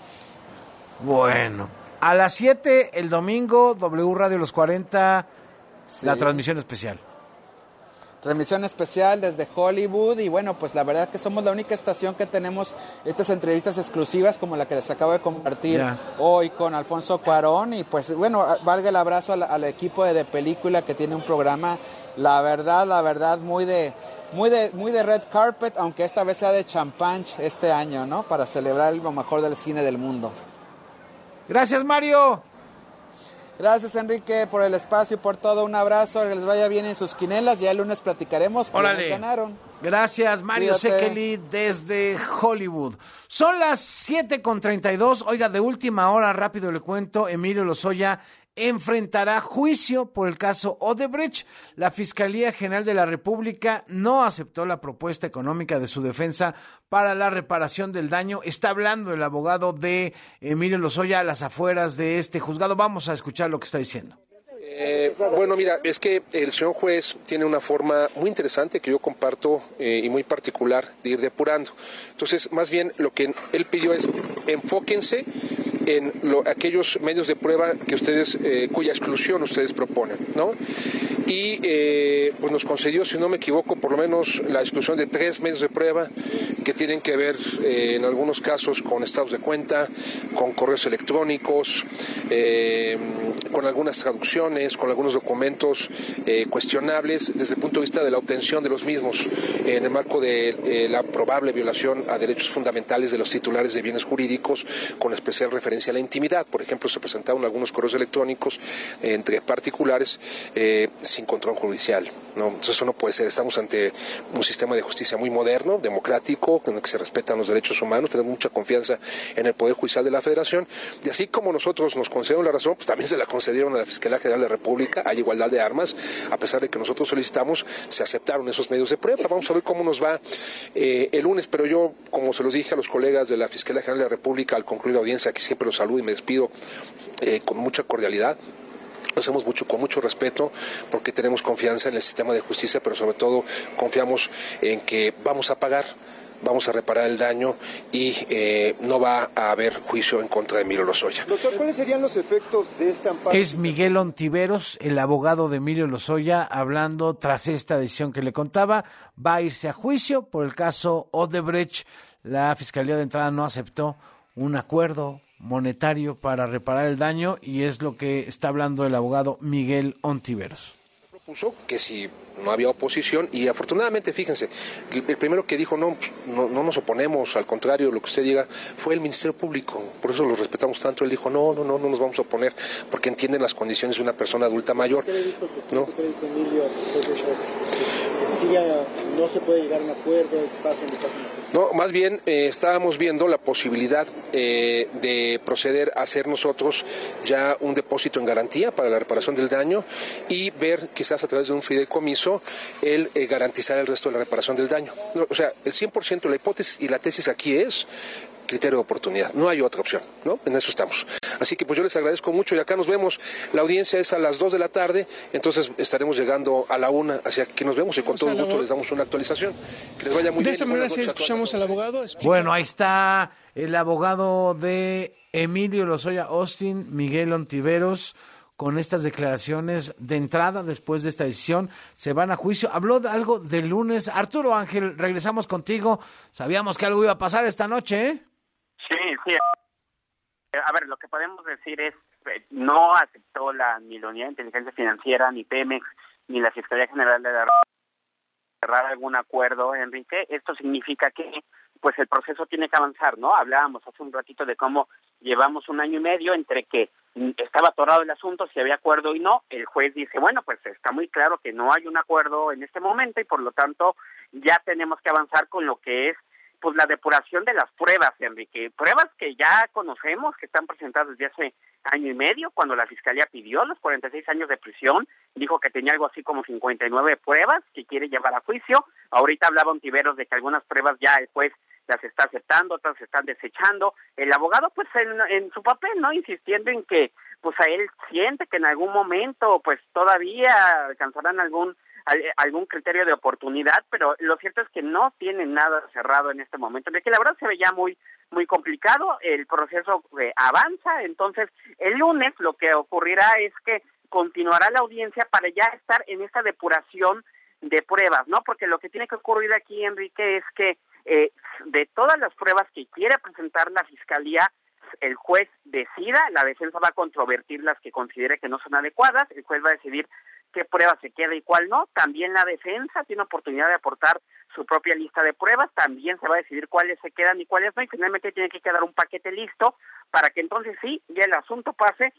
Bueno, a las siete el domingo, W Radio Los cuarenta, sí. La transmisión especial. Transmisión especial desde Hollywood y bueno, pues la verdad que somos la única estación que tenemos estas entrevistas exclusivas como la que les acabo de compartir yeah. hoy con Alfonso Cuarón y pues bueno, valga el abrazo al, al equipo de, de película que tiene un programa, la verdad, la verdad, muy de... Muy de, muy de red carpet, aunque esta vez sea de champán este año, ¿no? Para celebrar lo mejor del cine del mundo. Gracias, Mario. Gracias, Enrique, por el espacio y por todo. Un abrazo, que les vaya bien en sus quinelas. Ya el lunes platicaremos quiénes ganaron. Gracias, Mario Sekeli desde Hollywood. Son las siete con treinta y dos. Oiga, de última hora, rápido le cuento, Emilio Lozoya enfrentará juicio por el caso Odebrecht. La Fiscalía General de la República no aceptó la propuesta económica de su defensa para la reparación del daño. Está hablando el abogado de Emilio Lozoya a las afueras de este juzgado. Vamos a escuchar lo que está diciendo. Eh, bueno, mira, es que el señor juez tiene una forma muy interesante que yo comparto eh, y muy particular de ir depurando. Entonces, más bien lo que él pidió es enfóquense en lo, aquellos medios de prueba que ustedes, eh, cuya exclusión ustedes proponen, ¿no? Y eh, pues nos concedió, si no me equivoco, por lo menos la exclusión de tres medios de prueba que tienen que ver eh, en algunos casos con estados de cuenta, con correos electrónicos, eh, con algunas traducciones, con algunos documentos eh, cuestionables desde el punto de vista de la obtención de los mismos en el marco de eh, la probable violación a derechos fundamentales de los titulares de bienes jurídicos, con especial referencia a la intimidad. Por ejemplo, se presentaron algunos correos electrónicos eh, entre particulares eh, sin control judicial, ¿no? Entonces eso no puede ser. Estamos ante un sistema de justicia muy moderno, democrático, en el que se respetan los derechos humanos, tenemos mucha confianza en el Poder Judicial de la Federación, y así como nosotros nos concedieron la razón, pues también se la concedieron a la Fiscalía General de la República. Hay igualdad de armas, a pesar de que nosotros solicitamos, se aceptaron esos medios de prueba. Vamos a ver cómo nos va eh, el lunes, pero yo, como se los dije a los colegas de la Fiscalía General de la República al concluir la audiencia, aquí siempre los saludo y me despido eh, con mucha cordialidad. Lo hacemos mucho, con mucho respeto, porque tenemos confianza en el sistema de justicia, pero sobre todo confiamos en que vamos a pagar, vamos a reparar el daño y eh, no va a haber juicio en contra de Emilio Lozoya. Doctor, ¿cuáles serían los efectos de esta amparo? Es Miguel Ontiveros, el abogado de Emilio Lozoya, hablando tras esta decisión que le contaba. Va a irse a juicio por el caso Odebrecht. La Fiscalía de entrada no aceptó un acuerdo monetario para reparar el daño y es lo que está hablando el abogado Miguel Ontiveros. puso que si no había oposición, y afortunadamente, fíjense, el, el primero que dijo no, no, no nos oponemos, al contrario, lo que usted diga, fue el Ministerio Público, por eso lo respetamos tanto. Él dijo no, no, no, no nos vamos a oponer, porque entienden las condiciones de una persona adulta mayor. ¿Qué le dijo su ¿No? crédito, Emilio? Si ya no se puede llegar a un acuerdo, pasen, pasen. No, más bien eh, estábamos viendo la posibilidad eh, de proceder a hacer nosotros ya un depósito en garantía para la reparación del daño y ver quizás a través de un fideicomiso el eh, garantizar el resto de la reparación del daño. No, o sea, el cien por ciento de la hipótesis y la tesis aquí es criterio de oportunidad, no hay otra opción, ¿no? En eso estamos. Así que pues yo les agradezco mucho y acá nos vemos. La audiencia es a las dos de la tarde, entonces estaremos llegando a la una, hacia que nos vemos y con todo gusto les damos una actualización. Que les vaya muy bien. De esa manera si escuchamos al abogado. Bueno, ahí está el abogado de Emilio Lozoya Austin, Miguel Ontiveros, con estas declaraciones de entrada después de esta decisión. Se van a juicio. Habló de algo del lunes. Arturo Ángel, regresamos contigo. Sabíamos que algo iba a pasar esta noche, ¿eh? Sí, sí. A ver, lo que podemos decir es, no aceptó la ni la Unidad de Inteligencia Financiera, ni Pemex, ni la Fiscalía General de la cerrar algún acuerdo, Enrique. Esto significa que pues el proceso tiene que avanzar, ¿no? Hablábamos hace un ratito de cómo llevamos un año y medio entre que estaba atorado el asunto, si había acuerdo y no. El juez dice, bueno, pues está muy claro que no hay un acuerdo en este momento y por lo tanto ya tenemos que avanzar con lo que es pues la depuración de las pruebas, Enrique. Pruebas que ya conocemos, que están presentadas desde hace año y medio, cuando la Fiscalía pidió los cuarenta y seis años de prisión, dijo que tenía algo así como cincuenta y nueve pruebas que quiere llevar a juicio. Ahorita hablaba Ontiveros de que algunas pruebas ya el juez las está aceptando, otras se están desechando. El abogado, pues, en, en su papel, ¿no? Insistiendo en que, pues, a él siente que en algún momento, pues, todavía alcanzarán algún algún criterio de oportunidad, pero lo cierto es que no tienen nada cerrado en este momento, de que la verdad se ve ya muy muy complicado, el proceso eh, avanza. Entonces el lunes lo que ocurrirá es que continuará la audiencia para ya estar en esta depuración de pruebas, ¿no? Porque lo que tiene que ocurrir aquí, Enrique, es que eh, de todas las pruebas que quiere presentar la Fiscalía, el juez decida, la defensa va a controvertir las que considere que no son adecuadas, el juez va a decidir qué prueba se queda y cuál no. También la defensa tiene oportunidad de aportar su propia lista de pruebas, también se va a decidir cuáles se quedan y cuáles no, y finalmente tiene que quedar un paquete listo para que entonces sí, ya el asunto pase,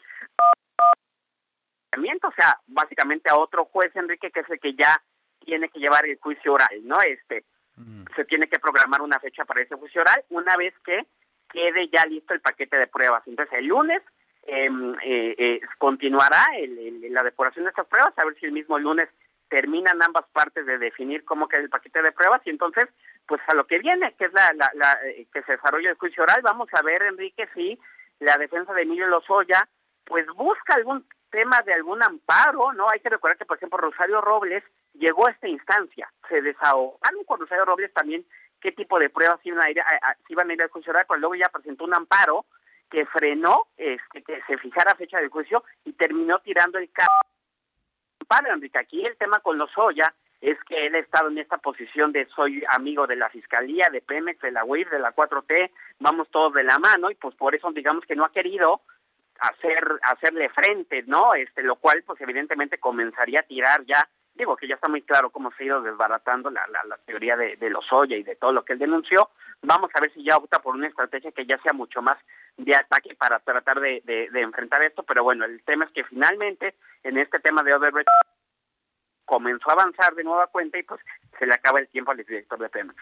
o sea, básicamente a otro juez, Enrique, que es el que ya tiene que llevar el juicio oral, ¿no? Este, mm. se tiene que programar una fecha para ese juicio oral una vez que quede ya listo el paquete de pruebas. Entonces el lunes eh, eh, eh, continuará el, el, la depuración de estas pruebas, a ver si el mismo lunes terminan ambas partes de definir cómo queda el paquete de pruebas y entonces, pues a lo que viene, que es la, la, la eh, que se desarrolla el juicio oral. Vamos a ver, Enrique, si la defensa de Emilio Lozoya pues busca algún tema de algún amparo, ¿no? Hay que recordar que, por ejemplo, Rosario Robles llegó a esta instancia, se desahogaron con Rosario Robles también qué tipo de pruebas iban a ir a, a, iban a ir al juicio oral, pero luego ya presentó un amparo que frenó este, que se fijara fecha del juicio y terminó tirando el caso. Amparo, Enrique, aquí el tema con Lozoya es que él ha estado en esta posición de soy amigo de la Fiscalía, de Pemex, de la U I R, de la cuatro T, vamos todos de la mano, y pues por eso digamos que no ha querido hacer hacerle frente, ¿no? Este, lo cual pues evidentemente comenzaría a tirar ya, digo que ya está muy claro cómo se ha ido desbaratando la, la, la teoría de, de Lozoya y de todo lo que él denunció. Vamos a ver si ya opta por una estrategia que ya sea mucho más de ataque para tratar de, de, de enfrentar esto, pero bueno, el tema es que finalmente en este tema de Odebrecht comenzó a avanzar de nueva cuenta y pues se le acaba el tiempo al director de Pemex.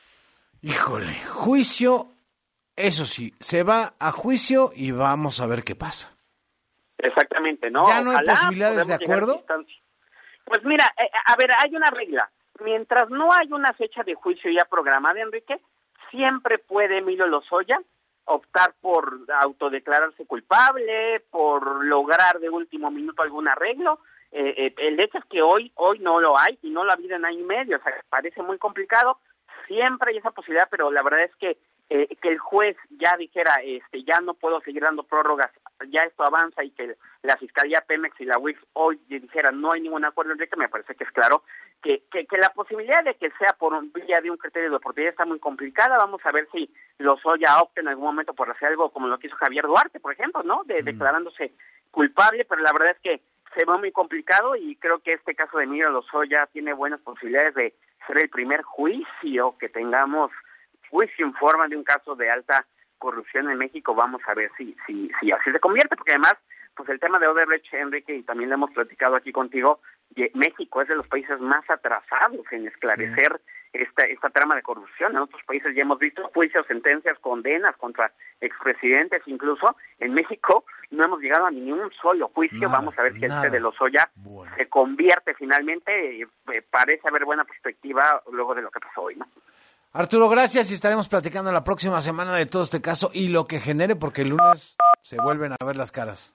Híjole, juicio. Eso sí, se va a juicio y vamos a ver qué pasa. Exactamente, ¿no? ¿Ya no hay Ojalá posibilidades de acuerdo? Pues mira, eh, a ver, hay una regla. Mientras no hay una fecha de juicio ya programada, Enrique, siempre puede Emilio Lozoya optar por autodeclararse culpable, por lograr de último minuto algún arreglo. Eh, eh, el hecho es que hoy hoy no lo hay y no lo ha habido en año y medio, o sea, parece muy complicado. Siempre hay esa posibilidad, pero la verdad es que Eh, que el juez ya dijera, este, ya no puedo seguir dando prórrogas, ya esto avanza, y que la Fiscalía, Pemex y la U I F hoy dijeran no hay ningún acuerdo, Enrique, me parece que es claro que, que, que la posibilidad de que sea por un vía de un criterio de oportunidad está muy complicada. Vamos a ver si Lozoya opta en algún momento por hacer algo como lo que hizo Javier Duarte, por ejemplo, ¿no? De, mm. declarándose culpable, pero la verdad es que se ve muy complicado y creo que este caso de Emilio Lozoya tiene buenas posibilidades de ser el primer juicio que tengamos, juicio en forma de un caso de alta corrupción en México. Vamos a ver si si si así se convierte, porque además, pues el tema de Odebrecht, Enrique, y también lo hemos platicado aquí contigo, México es de los países más atrasados en esclarecer sí. esta esta trama de corrupción. En otros países ya hemos visto juicios, sentencias, condenas contra expresidentes, incluso en México no hemos llegado a ni un solo juicio. Nada, Vamos a ver si nada. este de Lozoya bueno. se convierte finalmente. Eh, parece haber buena perspectiva luego de lo que pasó hoy, ¿no? Arturo, gracias, y estaremos platicando la próxima semana de todo este caso y lo que genere, porque el lunes se vuelven a ver las caras.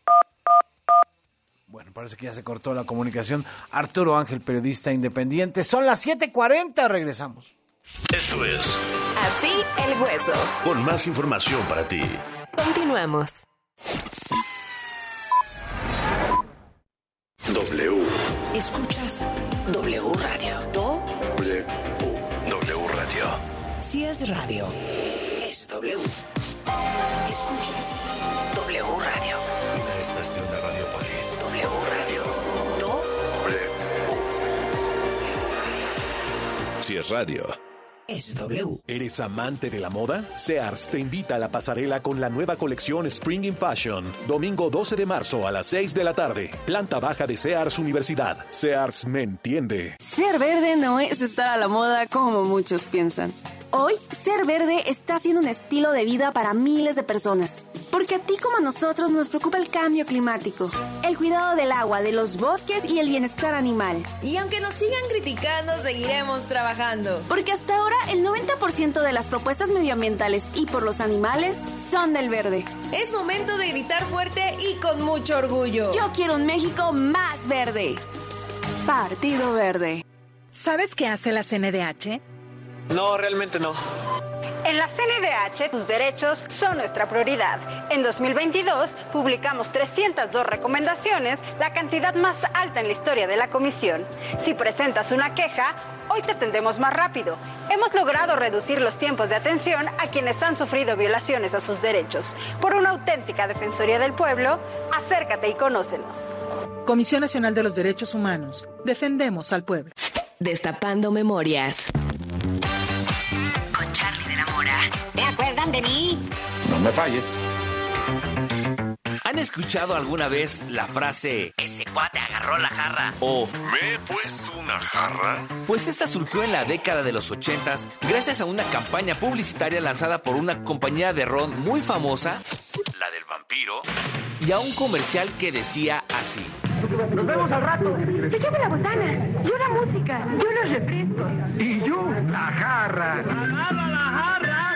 Bueno, parece que ya se cortó la comunicación. Arturo Ángel, periodista independiente. Son las siete cuarenta, regresamos. Esto es Así el Hueso. Con más información para ti. Continuamos. W. Escuchas W Radio. Do. W. W Radio. Si es radio, es W. Escuchas W Radio. Una estación de Radiopolis. W Radio. Do. W. Si es radio, es W. ¿Eres amante de la moda? Sears te invita a la pasarela con la nueva colección Spring in Fashion. Domingo doce de marzo a las seis de la tarde. Planta baja de Sears Universidad. Sears me entiende. Ser verde no es estar a la moda como muchos piensan. Hoy, ser verde está siendo un estilo de vida para miles de personas. Porque a ti como a nosotros nos preocupa el cambio climático, el cuidado del agua, de los bosques y el bienestar animal. Y aunque nos sigan criticando, seguiremos trabajando. Porque hasta ahora el noventa por ciento de las propuestas medioambientales y por los animales son del verde. Es momento de gritar fuerte y con mucho orgullo. Yo quiero un México más verde. Partido Verde. ¿Sabes qué hace la C N D H? No, realmente no. En la C N D H, tus derechos son nuestra prioridad. En dos mil veintidós, publicamos trescientas dos recomendaciones, la cantidad más alta en la historia de la comisión. Si presentas una queja, hoy te atendemos más rápido. Hemos logrado reducir los tiempos de atención a quienes han sufrido violaciones a sus derechos. Por una auténtica Defensoría del Pueblo, acércate y conócenos. Comisión Nacional de los Derechos Humanos. Defendemos al pueblo. Destapando memorias. Con Charlie de la Mora. ¿Te acuerdan de mí? No me falles. ¿Han escuchado alguna vez la frase "ese cuate agarró la jarra"? O ¿me he puesto una jarra? Pues esta surgió en la década de los ochentas gracias a una campaña publicitaria lanzada por una compañía de ron muy famosa, la del vampiro, y a un comercial que decía así: nos vemos al rato. Yo llevo la botana, yo la música, yo los refrescos. Y yo la jarra. Agarra la jarra.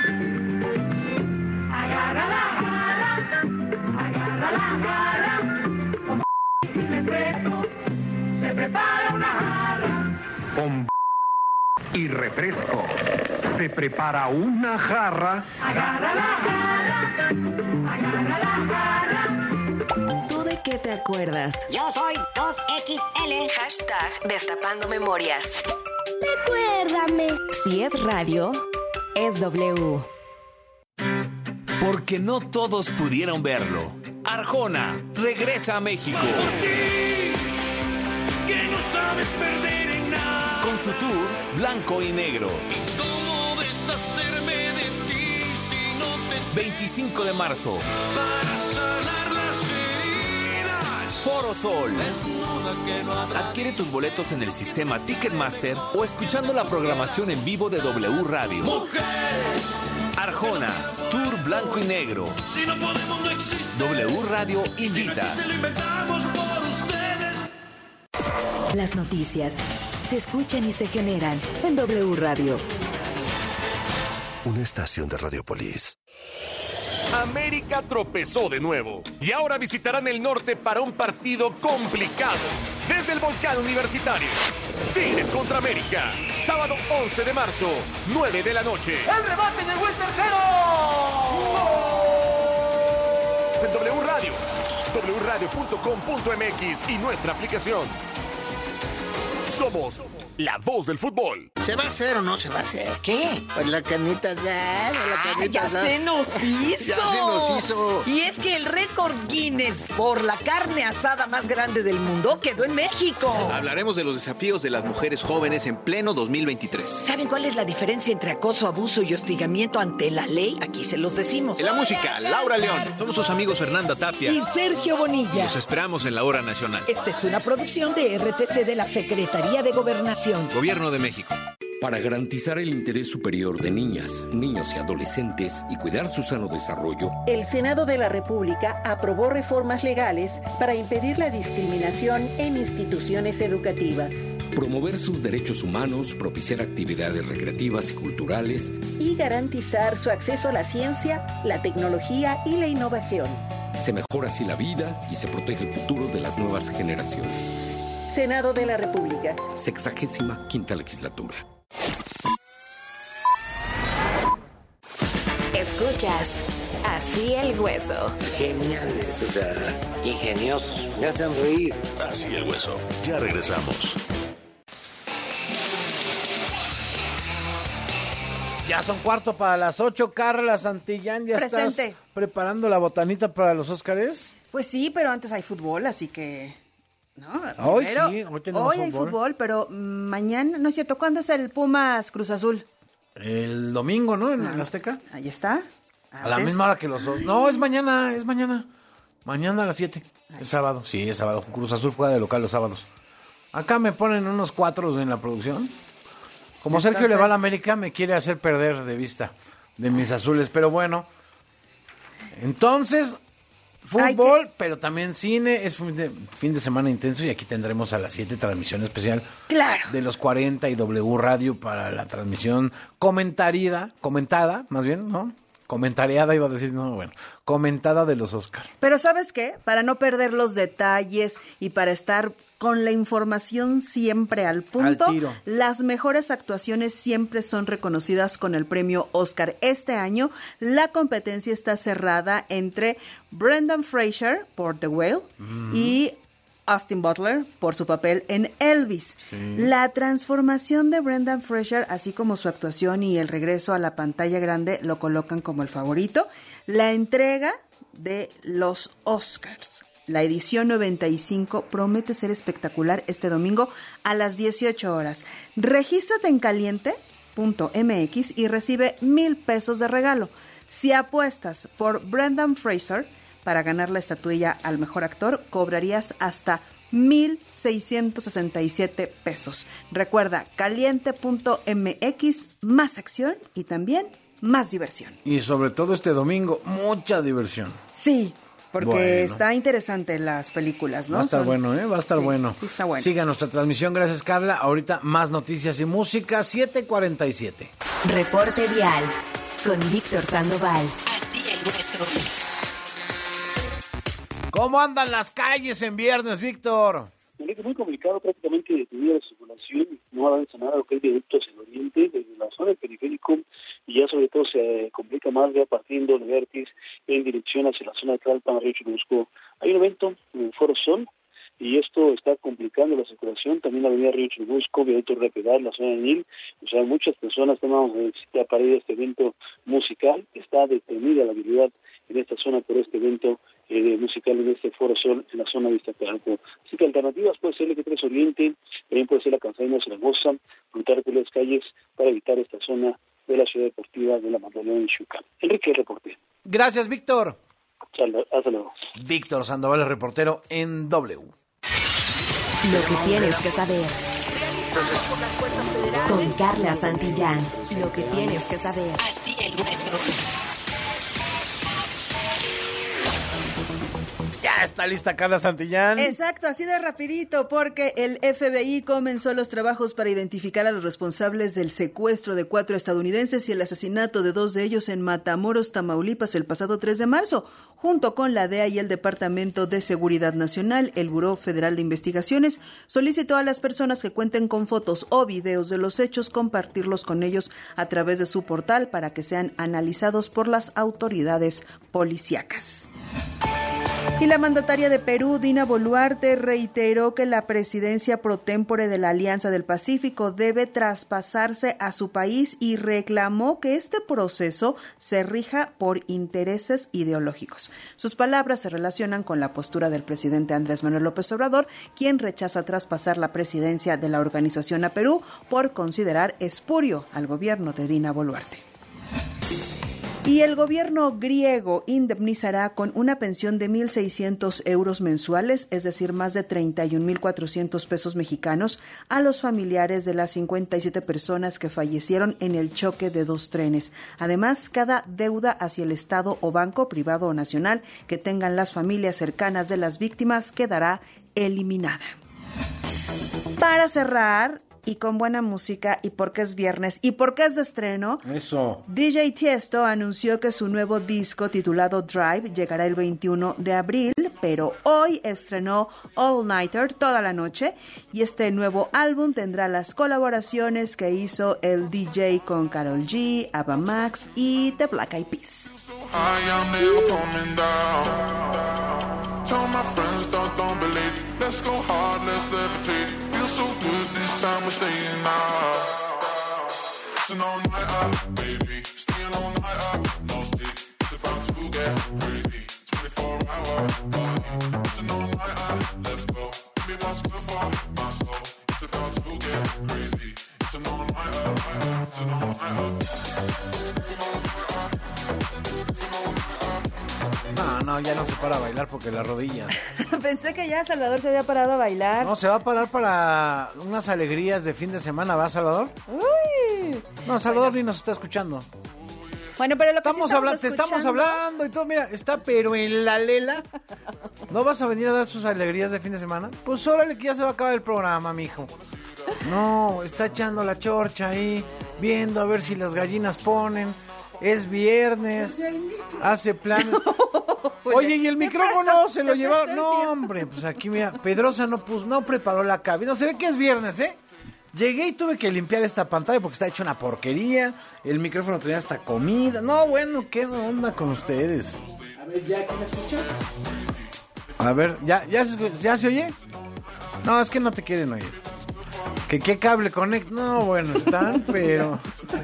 Agarra la jarra. Agarra la jarra. Como sin refresco, se prepara una jarra. Con y refresco, se prepara una jarra. Agarra la jarra. Agarra la jarra. ¿Tú de qué te acuerdas? Yo soy dos equis ele. Hashtag Destapando Memorias. Recuérdame. Si es radio, es W. Porque no todos pudieron verlo. Arjona regresa a México. Que no sabes perder en nada. Con su tour Blanco y Negro. ¿Cómo deshacerme de ti si no te... veinticinco de marzo. Para sanar las heridas. Foro Sol. Desnuda que no habrá... Adquiere tus boletos en el sistema Ticketmaster o escuchando la programación en vivo de W Radio. Mujer. Arjona, Tour Blanco y Negro. Si no podemos, no existe. W Radio invita. Si no lo inventamos por ustedes. Las noticias se escuchan y se generan en W Radio. Una estación de Radiopolis. América tropezó de nuevo y ahora visitarán el norte para un partido complicado. Desde el Volcán Universitario, Tigres contra América, sábado once de marzo, nueve de la noche. ¡El remate llegó el tercero! En W Radio, w radio punto com punto m x y nuestra aplicación. Somos la voz del fútbol. ¿Se va a hacer o no se va a hacer? ¿Qué? Pues la carnita asada, la carnita ah, ya asada. se nos hizo. Ya se nos hizo. Y es que el récord Guinness por la carne asada más grande del mundo quedó en México. Hablaremos de los desafíos de las mujeres jóvenes en pleno dos mil veintitrés. ¿Saben cuál es la diferencia entre acoso, abuso y hostigamiento ante la ley? Aquí se los decimos. En la música, Laura León. Somos sus amigos Fernanda Tapia y Sergio Bonilla. Los esperamos en la hora nacional. Esta es una producción de R T C de la Secretaría de Gobernación. Gobierno de México. Para garantizar el interés superior de niñas, niños y adolescentes y cuidar su sano desarrollo, el Senado de la República aprobó reformas legales para impedir la discriminación en instituciones educativas, promover sus derechos humanos, propiciar actividades recreativas y culturales y garantizar su acceso a la ciencia, la tecnología y la innovación. Se mejora así la vida y se protege el futuro de las nuevas generaciones. Senado de la República. Sexagésima quinta legislatura. Escuchas Así el Hueso. Geniales, o sea, ingeniosos. Me hacen reír. Así el Hueso. Ya regresamos. Ya son cuarto para las ocho. Carla Santillán, ¿ya Presente. estás preparando la botanita para los Óscares? Pues sí, pero antes hay fútbol, así que... No, hoy pero, sí, hoy tenemos hoy fútbol. hay fútbol, pero mañana, no es cierto, ¿cuándo es el Pumas Cruz Azul? El domingo, ¿no? En Ah, el Azteca. Ahí está. A la Antes. misma hora que los... No, es mañana, es mañana. Mañana a las siete. Es sábado. Sí, es sábado. Cruz Azul juega de local los sábados. Acá me ponen unos cuatros en la producción. Como Entonces... Sergio le va a la América, me quiere hacer perder de vista de mis azules. Pero bueno. Entonces, fútbol, que... pero también cine. Es fin de, fin de semana intenso y aquí tendremos a las siete transmisión especial. Claro. De los cuarenta y W Radio para la transmisión comentarida, comentada, más bien, ¿no? Comentariada iba a decir, no, bueno, comentada de los Óscar. Pero ¿sabes qué? Para no perder los detalles y para estar con la información siempre al punto, al tiro. Las mejores actuaciones siempre son reconocidas con el premio Óscar. Este año la competencia está cerrada entre Brendan Fraser por The Whale mm. y Austin Butler por su papel en Elvis. Sí. La transformación de Brendan Fraser, así como su actuación y el regreso a la pantalla grande, lo colocan como el favorito. La entrega de los Oscars, la edición noventa y cinco, promete ser espectacular este domingo a las dieciocho horas. Regístrate en caliente punto m x y recibe mil pesos de regalo. Si apuestas por Brendan Fraser para ganar la estatuilla al mejor actor, cobrarías hasta mil seiscientos sesenta y siete pesos. Recuerda, caliente punto m x, más acción y también más diversión. Y sobre todo este domingo, mucha diversión. Sí, porque bueno. está interesante las películas, ¿no? Va a estar Son... bueno, ¿eh? Va a estar sí, bueno. Sí, está bueno. Siga nuestra transmisión, gracias Carla. Ahorita más noticias y música, siete cuarenta y siete. Reporte Vial con Víctor Sandoval. Así el Hueso. ¿Cómo andan las calles en viernes, Víctor? Muy complicado, prácticamente detenida la circulación, no avanza nada lo que es directo hacia el oriente, desde la zona del periférico, y ya sobre todo se complica más ya partiendo de Vértiz en dirección hacia la zona de Tlalpan, Río Churubusco. Hay un evento en el Foro Sol, y esto está complicando la circulación, también la avenida Río Churubusco, Viaducto Repedal, la zona de Nil, o sea, muchas personas están ya para ir a este evento musical, está detenida la habilidad en esta zona por este evento eh, de musical en este Foro Sol en la zona de Iztacalco. Así que alternativas puede ser el Eje tres Oriente, también puede ser la Cansaña Zaragoza, cruzar por las calles para evitar esta zona de la ciudad deportiva de la Magdalena en Xuca. Enrique, el reporte. Gracias, Víctor. Hasta luego. Víctor Sandoval, el reportero en W. Lo que tienes que saber. Con Carla Santillán. Lo que tienes que saber. Así el Hueso. Ya está lista Carla Santillán. Exacto, así de rapidito, porque el F B I comenzó los trabajos para identificar a los responsables del secuestro de cuatro estadounidenses y el asesinato de dos de ellos en Matamoros, Tamaulipas, el pasado tres de marzo. Junto con la D E A y el Departamento de Seguridad Nacional, el Buró Federal de Investigaciones solicitó a las personas que cuenten con fotos o videos de los hechos compartirlos con ellos a través de su portal para que sean analizados por las autoridades policíacas. Y la mandataria de Perú, Dina Boluarte, reiteró que la presidencia pro tempore de la Alianza del Pacífico debe traspasarse a su país y reclamó que este proceso se rija por intereses ideológicos. Sus palabras se relacionan con la postura del presidente Andrés Manuel López Obrador, quien rechaza traspasar la presidencia de la organización a Perú por considerar espurio al gobierno de Dina Boluarte. Y el gobierno griego indemnizará con una pensión de mil seiscientos euros mensuales, es decir, más de treinta y un mil cuatrocientos pesos mexicanos, a los familiares de las cincuenta y siete personas que fallecieron en el choque de dos trenes. Además, cada deuda hacia el Estado o banco privado o nacional que tengan las familias cercanas de las víctimas quedará eliminada. Para cerrar, y con buena música, y porque es viernes, y porque es de estreno, eso. D J Tiesto anunció que su nuevo disco titulado Drive llegará el veintiuno de abril, pero hoy estrenó All Nighter, toda la noche, y este nuevo álbum tendrá las colaboraciones que hizo el D J con Karol G, Ava Max y The Black Eyed Peas. Tell my friends, don't, don't believe. Let's go hard, let's levitate. Feel so good this time we're staying out. Staying all night up, baby. Staying all night up, no sleep. It's about to get crazy. twenty-four hour party. Staying all night up, let's go. Give me what's good for my soul. It's about to get crazy. Staying all night up, staying all night up. No, no, ya no se para a bailar porque la rodilla. Pensé que ya Salvador se había parado a bailar. No, se va a parar para unas alegrías de fin de semana, ¿va, Salvador? Uy. No, Salvador bueno. Ni nos está escuchando. Bueno, pero lo que estamos sí hablando, te estamos hablando y todo, mira, está pero en la lela. ¿No vas a venir a dar sus alegrías de fin de semana? Pues órale que ya se va a acabar el programa, mijo. No, está echando la chorcha ahí, viendo a ver si las gallinas ponen. Es viernes, hace planes. Oye, ¿y el micrófono se lo llevaron? No, hombre, pues aquí mira, Pedrosa no puso, no preparó la cabina. No, se ve que es viernes, ¿eh? Llegué y tuve que limpiar esta pantalla porque está hecha una porquería. El micrófono tenía hasta comida. No, bueno, ¿qué onda con ustedes? A ver, ¿ya quién me escucha? A ver, ¿ya, ya, se, ¿ya se oye? No, es que no te quieren oír. ¿Que qué cable conecta? No, bueno, están, pero...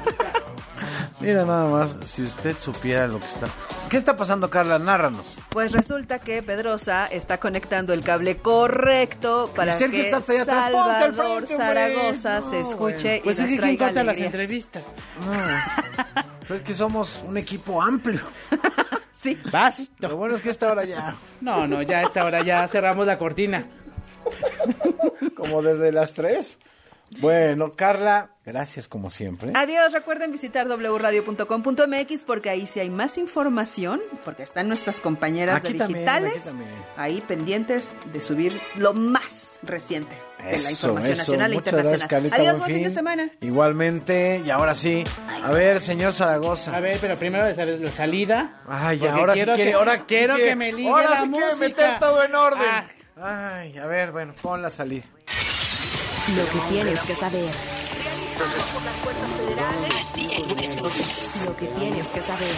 Mira nada más, si usted supiera lo que está... ¿Qué está pasando, Carla? Nárranos. Pues resulta que Pedrosa está conectando el cable correcto para que está allá atrás. Salvador frente, Zaragoza no, se escuche bueno. y pues nos es que traiga corta las alegrías. entrevistas. No, pues es que somos un equipo amplio. Sí. Basta. Lo bueno es que esta hora ya... No, no, ya a esta hora ya cerramos la cortina. Como desde las tres. Bueno, Carla, gracias como siempre. Adiós, recuerden visitar doble u radio punto com punto m x porque ahí sí hay más información, porque están nuestras compañeras aquí de también, digitales, aquí también. ahí pendientes de subir lo más reciente de Eso, la información eso. nacional e Muchas internacional. gracias, Carlita, Adiós, buen buen fin fin de semana. Igualmente, y ahora sí, a ver, señor Zaragoza. A ver, pero primero esa es la salida. Ay, ya, ahora sí quiero quiere, que, ahora quiero quiere, que me ligue ahora la sí música. quiere meter todo en orden. Ah. Ay, a ver, bueno, pon la salida. Lo que tienes que saber. Realizados por las fuerzas federales. Así el hueso. Lo que tienes que saber.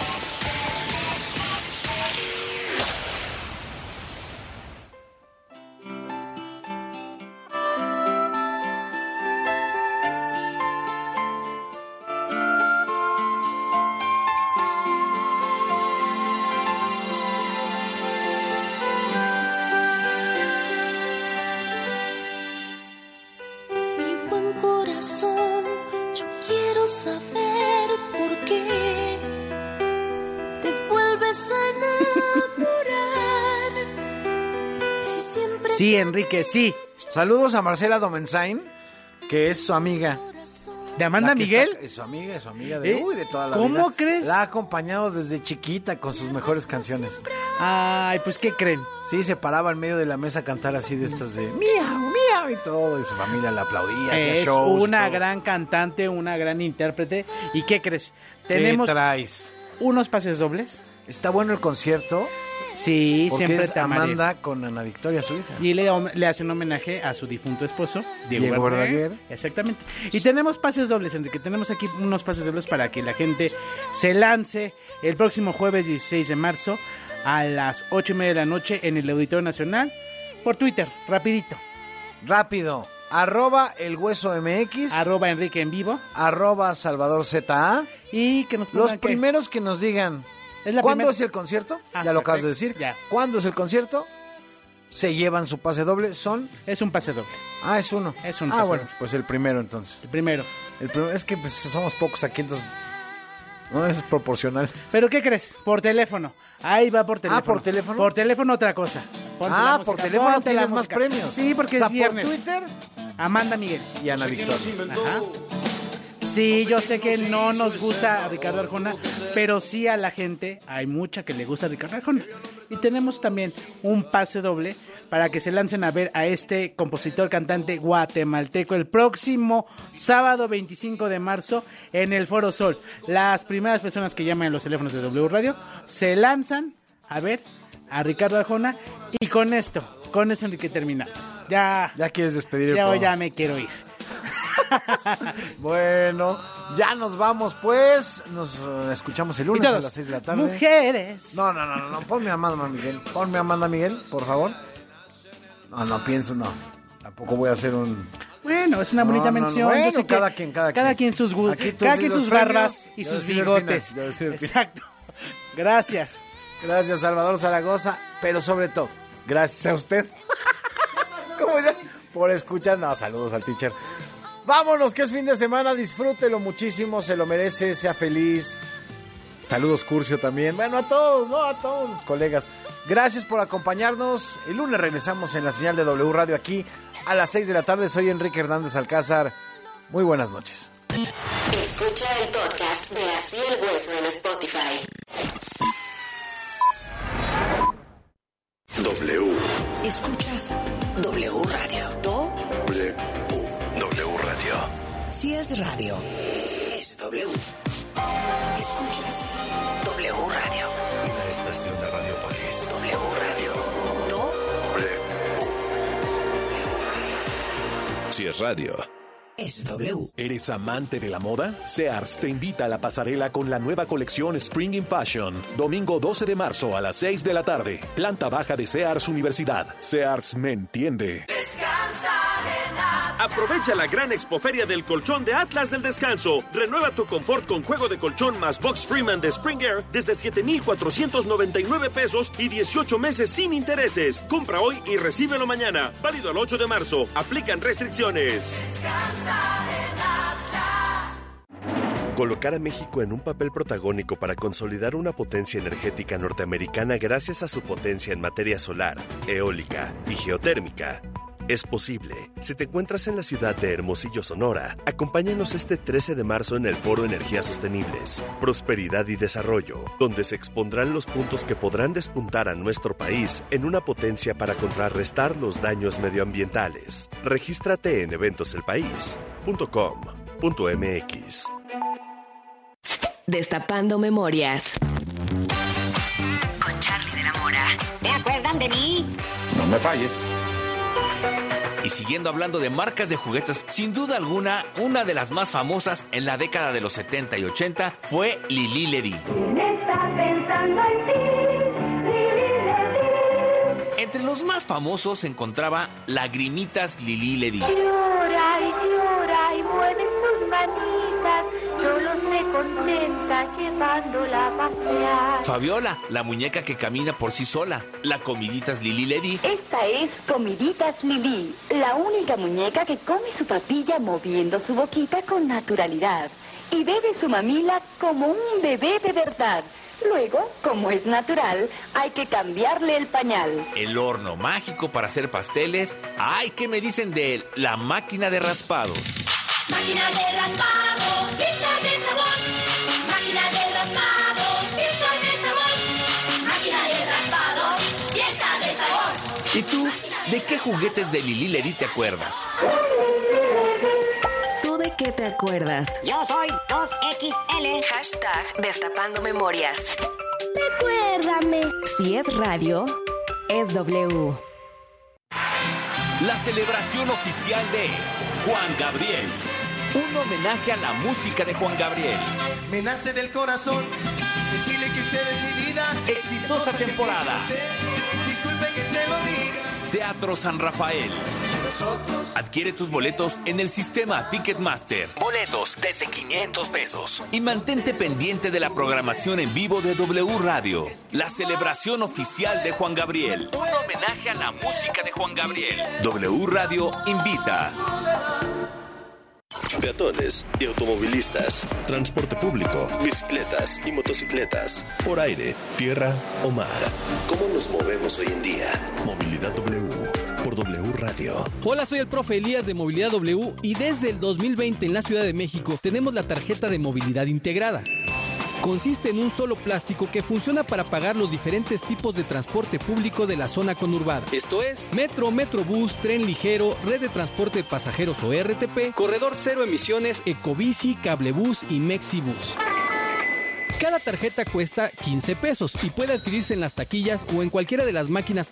Saber por qué te vuelves a enamorar. Si siempre sí, Enrique, sí. Saludos a Marcela Domenzain, que es su amiga. ¿De Amanda Miguel? Está, es su amiga, es su amiga de, ¿Eh? uy, de toda la ¿Cómo vida. ¿Cómo crees? La ha acompañado desde chiquita con sus mejores canciones. Ay, pues, ¿qué creen? Sí, se paraba en medio de la mesa a cantar así de estas de miau, miau y todo, y su familia la aplaudía, hacía es shows. una todo. gran cantante, una gran intérprete. ¿Y qué crees? ¿Qué Tenemos traes? unos pases dobles. Está bueno el concierto. Sí, porque siempre es te amaré. Amanda con Ana Victoria, su hija. Y le, le hacen homenaje a su difunto esposo, Diego, Diego Verdaguer. Verdaguer. Exactamente. Y tenemos pases dobles, Enrique. Tenemos aquí unos pases dobles para que la gente se lance el próximo jueves dieciséis de marzo a las ocho y media de la noche en el Auditorio Nacional. Por Twitter, rapidito. Rápido. Arroba el hueso M X. Arroba Enrique en vivo. Arroba Salvador Z A. Y que nos pongan Los primeros que, que nos digan ¿es la ¿cuándo primera? es el concierto? Ah, ya lo perfecto. acabas de decir. Ya. ¿Cuándo es el concierto? Se llevan su pase doble. Son. Es un pase doble. Ah, es uno. Es un ah, pase bueno, doble. pues el primero entonces. El primero. El primero. Es que pues, somos pocos aquí, entonces. No es proporcional. ¿Pero qué crees? Por teléfono. Ahí va por teléfono. Ah, ¿por teléfono? Por teléfono otra cosa. Ponte ah, la por música. teléfono Ponte la tienes más música. premios. Sí, porque o sea, es viernes. por Twitter. Amanda Miguel. Y Ana Victoria. Ajá. Sí, yo sé que no nos gusta a Ricardo Arjona, pero sí a la gente, hay mucha que le gusta a Ricardo Arjona. Y tenemos también un pase doble para que se lancen a ver a este compositor cantante guatemalteco el próximo sábado veinticinco de marzo en el Foro Sol. Las primeras personas que llaman en los teléfonos de W Radio se lanzan a ver a Ricardo Arjona y con esto, con esto Enrique terminamos. Ya, ya quieres despedir el ya, programa. ya me quiero ir. Bueno, ya nos vamos pues. Nos uh, escuchamos el lunes a las seis de la tarde. Mujeres. No, no, no, no, no. Ponme a Amanda Miguel. Ponme a Amanda Miguel, por favor. No, no pienso, no. Tampoco voy a hacer un. Bueno, es una No, bonita no, no. mención. Bueno, Yo sé que cada quien, cada cada quien. quien sus gustos, Aquí tú cada sí quien los sus premios, barbas y yo sus decía el final, bigotes. yo decía el final. Exacto. Gracias. Gracias, Salvador Zaragoza, pero sobre todo, gracias a usted. ¿Cómo ya? Por escuchar. No, saludos al teacher. Vámonos, que es fin de semana, disfrútelo muchísimo, se lo merece, sea feliz. Saludos, Curcio, también. Bueno, a todos, ¿no? A todos los colegas. Gracias por acompañarnos. El lunes regresamos en la señal de W Radio aquí a las seis de la tarde. Soy Enrique Hernández Alcázar. Muy buenas noches. Escucha el podcast de Así el Hueso en Spotify. W. Escuchas W Radio. Do. W. W Radio. Si es radio, es W. Escuchas W Radio. Una estación de Radiopolis. W Radio. Do. W. Si es radio, es W. ¿Eres amante de la moda? Sears te invita a la pasarela con la nueva colección Spring in Fashion. Domingo doce de marzo a las seis de la tarde. Planta baja de Sears Universidad. Sears me entiende. Descansa de nada. Aprovecha la gran expoferia del colchón de Atlas del Descanso. Renueva tu confort con juego de colchón más Box Freeman de Spring Air desde siete mil cuatrocientos noventa y nueve pesos y dieciocho meses sin intereses. Compra hoy y recíbelo mañana. Válido al ocho de marzo. Aplican restricciones. colocar a México en un papel protagónico para consolidar una potencia energética norteamericana gracias a su potencia en materia solar, eólica y geotérmica es posible. Si te encuentras en la ciudad de Hermosillo, Sonora, acompáñanos este trece de marzo en el Foro Energías Sostenibles, Prosperidad y Desarrollo, donde se expondrán los puntos que podrán despuntar a nuestro país en una potencia para contrarrestar los daños medioambientales. Regístrate en eventos el país punto com punto m x. Destapando Memorias con Charlie de la Mora. ¿Se acuerdan de mí? No me falles. Y siguiendo hablando de marcas de juguetes, sin duda alguna, una de las más famosas en la década de los setenta y ochenta fue Lili Ledy. ¿Quién está pensando en ti? Lili Ledy. Entre los más famosos se encontraba Lagrimitas Lili Ledy. Llora y llora y mueve sus manitas, solo se contenta llevándola a pasear. Fabiola, la muñeca que camina por sí sola. La Comiditas Lili Ledy. Esta es Comiditas Lili, la única muñeca que come su papilla moviendo su boquita con naturalidad y bebe su mamila como un bebé de verdad. Luego, como es natural, hay que cambiarle el pañal. El horno mágico para hacer pasteles. ¡Ay! ¿Qué me dicen de la máquina de raspados? Máquina de raspados, pieza de sabor. Máquina de raspados, pieza de sabor. Máquina de raspados, pieza de sabor. ¿Y tú? ¿De qué juguetes de Lili Ledy te acuerdas? ¿Tú de qué te acuerdas? Yo soy dos equis ele. Hashtag Destapando Memorias. Recuérdame. Si es radio, es W. La celebración oficial de Juan Gabriel. Un homenaje a la música de Juan Gabriel. me nace del corazón decirle que usted es mi vida. Exitosa temporada. Disculpe que se lo diga. Teatro San Rafael. Adquiere tus boletos en el sistema Ticketmaster. Boletos desde quinientos pesos. Y mantente pendiente de la programación en vivo de W Radio. La celebración oficial de Juan Gabriel. Un homenaje a la música de Juan Gabriel. W Radio invita. Peatones y automovilistas, transporte público, bicicletas y motocicletas, por aire, tierra o mar. ¿Cómo nos movemos hoy en día? Movilidad W por W Radio. Hola, soy el profe Elías de Movilidad W y desde el dos mil veinte en la Ciudad de México tenemos la tarjeta de movilidad integrada. Consiste en un solo plástico que funciona para pagar los diferentes tipos de transporte público de la zona conurbada. Esto es metro, metrobús, tren ligero, red de transporte de pasajeros o R T P, corredor cero emisiones, ecobici, cablebús y mexibús. Cada tarjeta cuesta quince pesos y puede adquirirse en las taquillas o en cualquiera de las máquinas